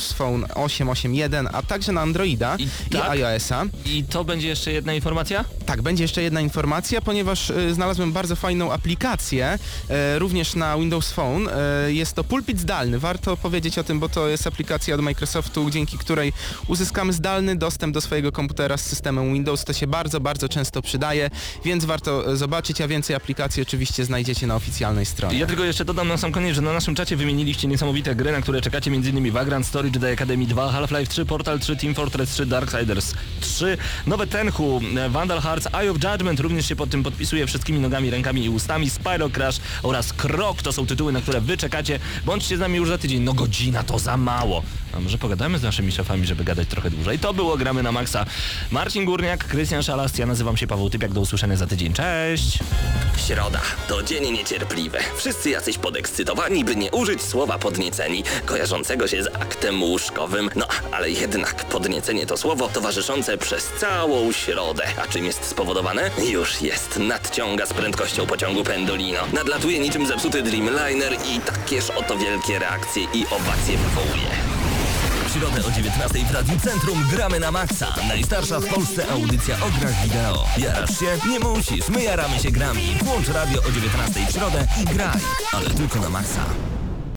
8.8.1, a także na Androida i iOS-a. I to będzie jeszcze jedna informacja? Tak, będzie jeszcze jedna informacja, ponieważ znalazłem bardzo fajną aplikację, również na Windows Phone. Jest to pulpit zdalny. Warto powiedzieć o tym, bo to jest aplikacja od Microsoftu, dzięki której uzyskamy zdalny dostęp do swojego komputera z systemem Windows. To się bardzo często przydaje, więc warto zobaczyć, a więcej aplikacji oczywiście znajdziecie na oficjalnej stronie. Ja tylko jeszcze dodam na sam koniec, że na naszym czacie wymieniliście niesamowite gry, na które czekacie, m.in. Vagrant Story, Jedi Academy 2, Half-Life 3, Portal 3, Team Fortress 3, Darksiders 3, nowe Tenchu, Vandal Hearts, Eye of Judgment również się pod tym podpisuje wszystkimi nogami, rękami i ustami, Spyro Crash oraz Krok to są tytuły, na które wy czekacie. Bądźcie z nami już za tydzień. No godzina to za mało. A może pogadamy z naszymi szefami, żeby gadać trochę dłużej. To było Gramy na Maxa. Marcin Górniak, Krystian Szalast, ja nazywam się Paweł Typiak. Do usłyszenia za tydzień. Cześć! Środa to dzień niecierpliwy. Wszyscy jacyś podekscytowani, by nie użyć słowa podnieceni, kojarzącego się z aktem łóżkowym. No, ale jednak podniecenie to słowo towarzyszące przez całą środę. A czym jest spowodowane? Już jest. Nadciąga z prędkością pociągu Pendolino. Nadlatuje niczym zepsuty Dreamliner i takież oto wielkie reakcje i owacje wywołuje. W środę o 19:00 w Radiu Centrum Gramy na Maxa. Najstarsza w Polsce audycja o grach wideo. Jarasz się? Nie musisz. My jaramy się grami. Włącz radio o 19:00 w środę i graj. Ale tylko na Maxa.